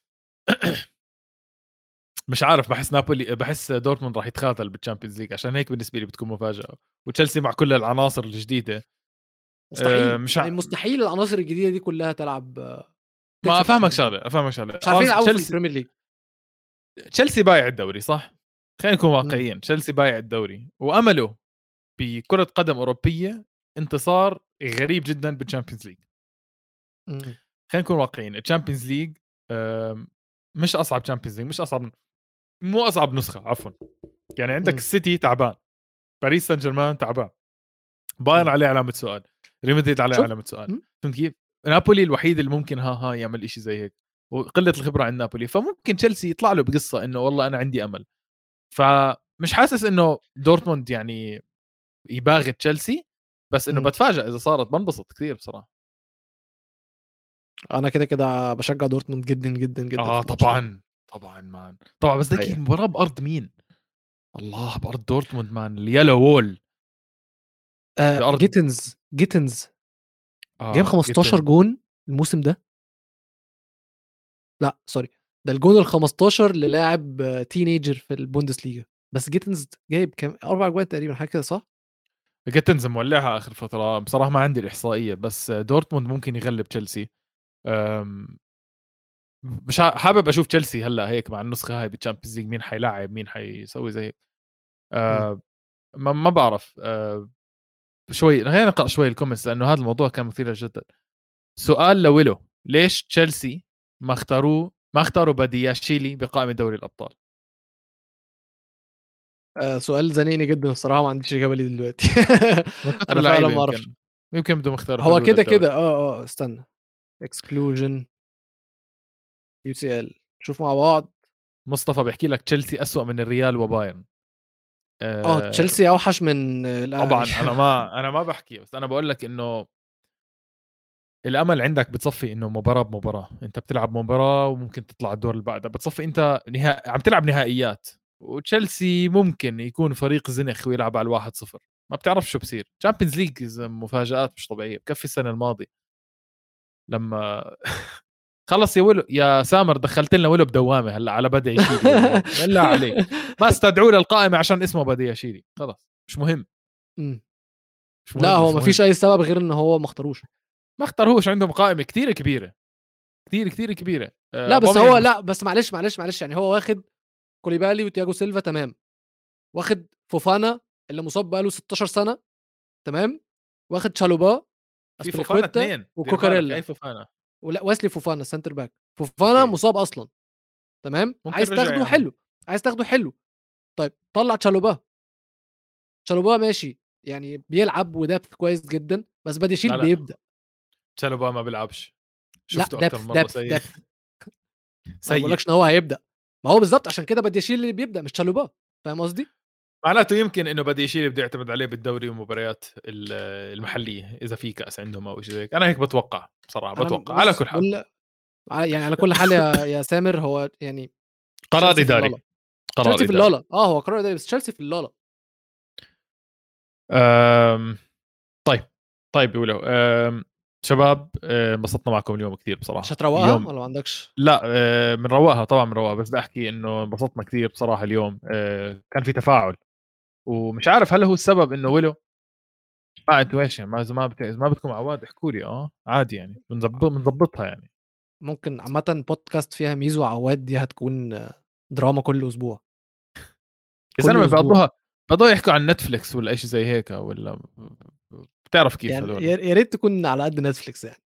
مش عارف. باحس دورتموند راح يتخاذل بالChampions League، عشان هيك بالنسبة لي بتكون مفاجأة. وتشيلسي مع كل العناصر الجديدة مستحيل، مش يعني مستحيل العناصر الجديدة دي كلّها ما تكسب أفهمك الشامبيونز ليج. شغلة، أفهمك شغلة. مش عارفين يلعبوا في تشيلسي البريمير ليج. بايع الدوري صح؟ خلينا نكون إمم. واقعيين. تشيلسي بايع الدوري، وأمله بكرة قدم أوروبية انتصار غريب جدًا بالChampions League. إمم. خلينا نكون واقعيين. الشامبيونز ليج مش اصعب تشامبيونز ليج، مش اصعب، مو اصعب نسخه عفوا. يعني عندك إمم. السيتي تعبان، باريس سان جيرمان تعبان، بايرن إمم. عليه علامه سؤال، ريال مدريد عليه شُفت؟ علامه سؤال. إمم. فهمت كيف؟ نابولي الوحيد اللي ممكن ها يعمل إشي زي هيك، وقله الخبره عند نابولي. فممكن تشيلسي يطلع له بقصه انه والله انا عندي امل. فمش حاسس انه دورتموند يعني يباغي تشيلسي، بس انه إمم. بتفاجئ اذا صارت. بنبسط كثير بصراحه. أنا كده باشجّع دورتموند جدًا، جدًا، جدًا في الماتش ده. طبعا طبعا مان طبعا. بس ديك أيوه. المباراه بارض مين؟ الله، بارض دورتموند مان، اليلو وول بارض. جيتنز جايب 15 جدا. جون الموسم ده. لأ sorry، ده الجون ال15 للاعب teenager في البوندسليجا، بس جيتنز جايب كام 4 أجوان تقريبًا حاجة كده صح؟ جيتنز مولعها اخر فتره بصراحه. ما عندي الاحصائيه، بس دورتموند ممكن يغلب تشيلسي. أم، مش حابب اشوف تشيلسي هلا هيك مع النسخه هاي بالتشامبيونز ليج، مين حيلاعب مين حيسوي زي هيك. إمم. ما بعرف. شوي خلينا نقرا شوي الكومنتس لانه هذا الموضوع كان مثير جدا. سؤال لويلو، ليش تشيلسي ما اختاروا بادياشيلي بقائمه دوري الابطال؟ سؤال زنقني جدًا الصراحة، ما عنديش إجابة ليه دلوقتي. من كثر أنا فعلًا اللعيبه ما أعرفش. يمكن بدهم يختاروا هو حلول كده، للدوري. كده استنى exclusion UCL نشوف مع بعض. مصطفى بيحكي لك تشيلسي أسوأ من الريال وبايرن. أه تشيلسي أوحش من الأهلي. طبعا انا ما بحكي، بس انا بقول لك انه الامل عندك بتصفي انه مباراه بمباراه، انت بتلعب مباراه وممكن تطلع الدور اللي بعدها، بتصفي انت عم تلعب نهائيات، وتشيلسي ممكن يكون فريق زنخ ويلعب على الواحد صفر، ما بتعرف شو بصير. تشامبيونز ليج مفاجآت مش طبيعيه، بكفي السنه الماضيه لما خلص يا ولو يا سامر، دخلت لنا ولو بدوامه هلا على بدعي شيلي ولا هيك، بالله عليك ما استدعوا للقائمه عشان اسمه بديع شيلي، خلص مش مهم. إمم. مش لأ، مهم هو مش ما مهم. فيش أي سبب غير إن هو ما اختاروش. ما اختاروش، عندهم قائمه كثير كبيره، كثير كبيره. لأ، بس اوباميانج هو مش لأ، بس معلش، يعني هو واخد كوليبالي وتياجو سيلفا تمام، واخد فوفانا اللي مصاب بقى له 16 سنة تمام، واخد تشالوبا، في فوفانا أسبليكويتا اثنين، دير بالك اي وكوكاريلا، فوفانا. ولأ ويسلي فوفانا السنتر باك، فوفانا اوكي مصاب أصلًا تمام، ممكن عايز رجع يا تاخده عمي. حلو، عايز تاخده حلو، طيب طلّع تشالوبا، تشالوبا ماشي، يعني بيلعب وdepth كويس جدًا، بس باديشيل لا بيبدأ. تشالوبا ما بيلعبش، لأ شفته اكثر من depth مره depth سيء. depth ما أنا سيء. باقولكش إن هو هيبدأ، ما هو بالضبط عشان كده بادياشيل اللي بيبدأ مش تشالوبا، فاهم قصدي؟ معناته يمكن انه بده يشيل، بده يعتمد عليه بالدوري ومباريات المحليه اذا في كاس عندهم او شيء زي هيك، انا هيك بتوقع بصراحه، أنا بتوقع على بُص كل حال. يعني على كل حال يا سامر، هو يعني قرار تشيلسي في اداري. اللَّلَة، قرار تشيلسي في اداري. اللَّلَة، هو قرار إداري بس تشيلسي في اللَّلَة. أم... طيب. طيب بيقولوا شباب، انبسطنا معكم اليوم كثير مش بصراحه هتروّقها اليوم. والّا ما عندكش؟ لا بنروقها طبعا بنروقها، بس بدي احكي انه انبسطنا كثير بصراحه اليوم. كان في تفاعل، ومش عارف هل هو السبب انه ولو ما انتوا ايش يعني، إذا ما بدكم عواد احكوا لي، عادي يعني بنظبطها يعني. ممكن عامةً بودكاست فيها ميزو وعواد دي هتكون دراما كل أسبوع، يا كل زلمه أسبوع. بقضوا يحكوا عن نتفليكس ولا شيء زي هيك، ولا بتعرف كيف يعني هذول. يا ريت تكون على قد نتفليكس يعني.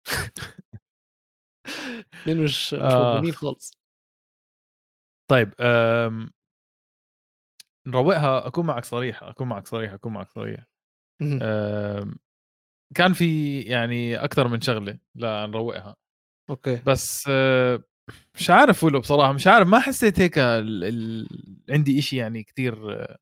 اتنين مش مضمونين اخ. خالص. طيب نروقها، اكون معك صريح. اهم. آمم، كان في يعني اكثر من شغله لنروقها، أوكي. بس مش عارف ولو بصراحه مش عارف، ما حسيت هيك عندي إشي يعني كتير،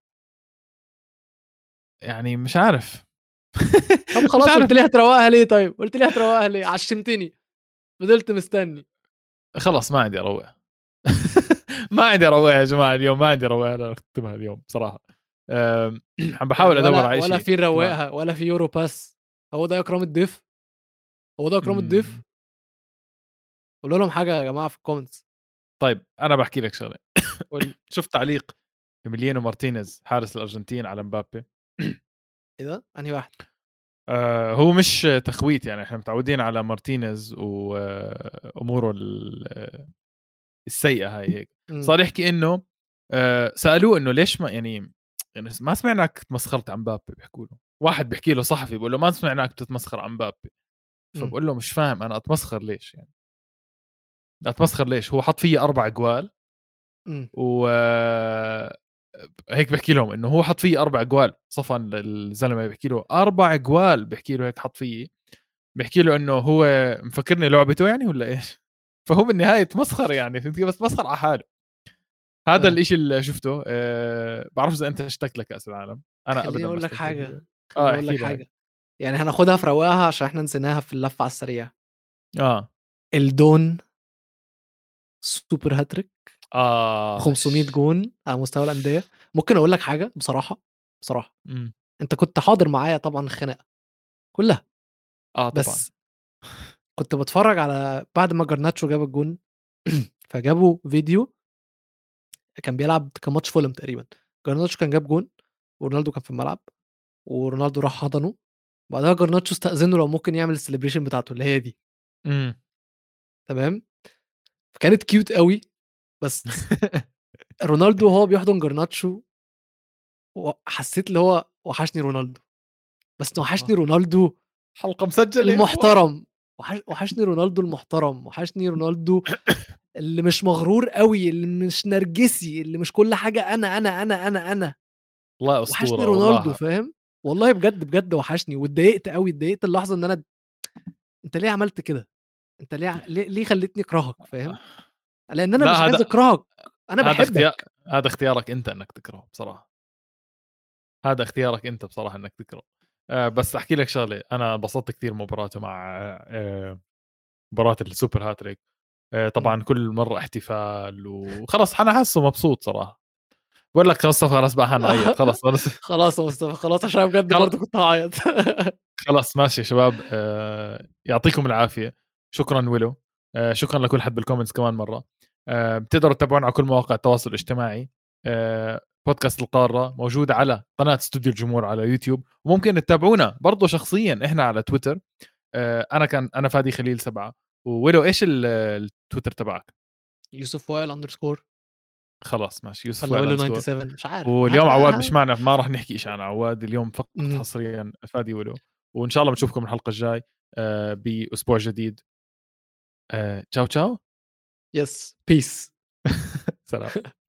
يعني مش عارف. طب مش خلاص عارف. قُلت لي هتروّقها ليه طيب، قُلت لي هتروّقها ليه، عشّمتني، فضلت مستني. خلص ما عندي اروق. ما عندي اروق يا جماعه اليوم، ما عندي اروق، انا اختمها اليوم بصراحه. عم بحاول يعني ادور ولا على ولا شيء في كمان. نروّقها ولا في يورو باس، هو ده إكرام الضيف، هو ده إكرام الضيف؟ أمم، قولوا لهم حاجة يا جماعة في الcomments. طيب انا بحكي لك شغله. قُل لي. شفت تعليق إيميليانو مارتينيز حارس الارجنتين على مبابي؟ إيه ده؟ أنهي واحد؟ هو مش تخويت يعني، احنا متعودين على مارتينيز واموره السيئه هاي هيك. إمم. صار يحكي انه سالوه انه ليش ما يعني ما سمعناك تمسخرت عن مبابي، بيحكوا له واحد بيحكي له صحفي بيقول له ما سمعناك بتتمسخر عن مبابي، إمم. فبقول له مش فاهم انا اتمسخر ليش يعني، اتمسخر ليش؟ هو حط فيي 4 جوال إمم. و هيك بحكي لهم انه هو حط فيي 4 جوال صفن الزلمه، بيحكي له 4 جوال، بيحكي له هيك حط فيي، بيحكي له انه هو مفكرني لعبته يعني ولا ايش؟ فهو بالنهايه تمسخر يعني، فهمت كيف؟ بس مسخر على حاله. هذا آه. الاشي اللي شفته. بعرفش اذا انت اشتقت لكاس العالم، انا خلّيني ابدا ما أقول لك اشتقت حاجة، له. خلّيني أقول احكي لك لي هاي. حاجة، يعني هناخدها في رواقها عشان إحنا نسيناها في اللفة على السريع. اه الدون سوبر هاتريك، 500 ش- جون على مستوى الأندية. ممكن أقول لك حاجة بصراحة، بصراحة، أمم. أنت كنت حاضر معايا طبعًا الخناقة كلّها، اه طبعا. بس كنت باتفرّج على بعد ما جرناتشو جاب الجون فجابوا فيديو كان ماتش فولهام تقريبًا، جرناتشو كان جاب جون ورونالدو كان في الملعب، ورونالدو راح حضنه، بعدها جرناتشو استأذنه لو ممكن يعمل الcelebration بتاعته اللي هي دي، امم. تمام، فكانت كيوت قوي. بس رونالدو وهو بيحضن جرناتشو حسيت اللي هو وحشني رونالدو، بس وحشني رونالدو حلقه مسجله. المحترم. وحشني رونالدو المحترم، وحشني رونالدو اللي مش مغرور قوي، اللي مش نرجسي، اللي مش كل حاجه انا. والله وحشني اسطوره رونالدو، والله. فاهم؟ والله بجد بجد وحشني، واتضايقت قوي، اتضايقت اللحظه ان انا انت ليه عملت كده؟ انت ليه خليتني اكرهك، فاهم؟ لان انا لا مش عايز هذا اكرهك، انا هذا اختيار بحبك. هذا اختيارك انت انك تكرهه بصراحه. هذا اختيارك انت بصراحه انك تكره. بس احكي لك شغله، انا انبسطت كثير مباراته مع مباراه السوبر هاتريك. مم. طبعا كل مره احتفال وخلص انا حاسه مبسوط صراحه. بقول لك خلص بقى حنعيط خلص. خلاص يا مصطفى، خلاص، عشان بجد خلص برضه كنت هعيط. خلص ماشي يا شباب. يعطيكم العافيه. شكرا ويلو. شكرا لكل حد بالكومنتس كمان مره. بتقدروا تتابعونا على كل مواقع التواصل الاجتماعي. بودكاست القارة موجود على قناة استوديو الجمهور على يوتيوب، وممكن تتابعونا برضو شخصيا احنا على تويتر. انا فادي خليل 7. وويلو ايش التويتر تبعك؟ يوسف وائل اندرسكور، خلاص ماشي، يوسف ولا وائل ويلو اندرسكور. 97، مش عارف. واليوم عواد مش معنا، ما راح نحكي شيء عن عواد اليوم، فقط مم. حصريا فادي ولو. وان شاء الله بنشوفكم الحلقه الجاي باسبوع جديد. تشاو تشاو. يس، بيس. سلام.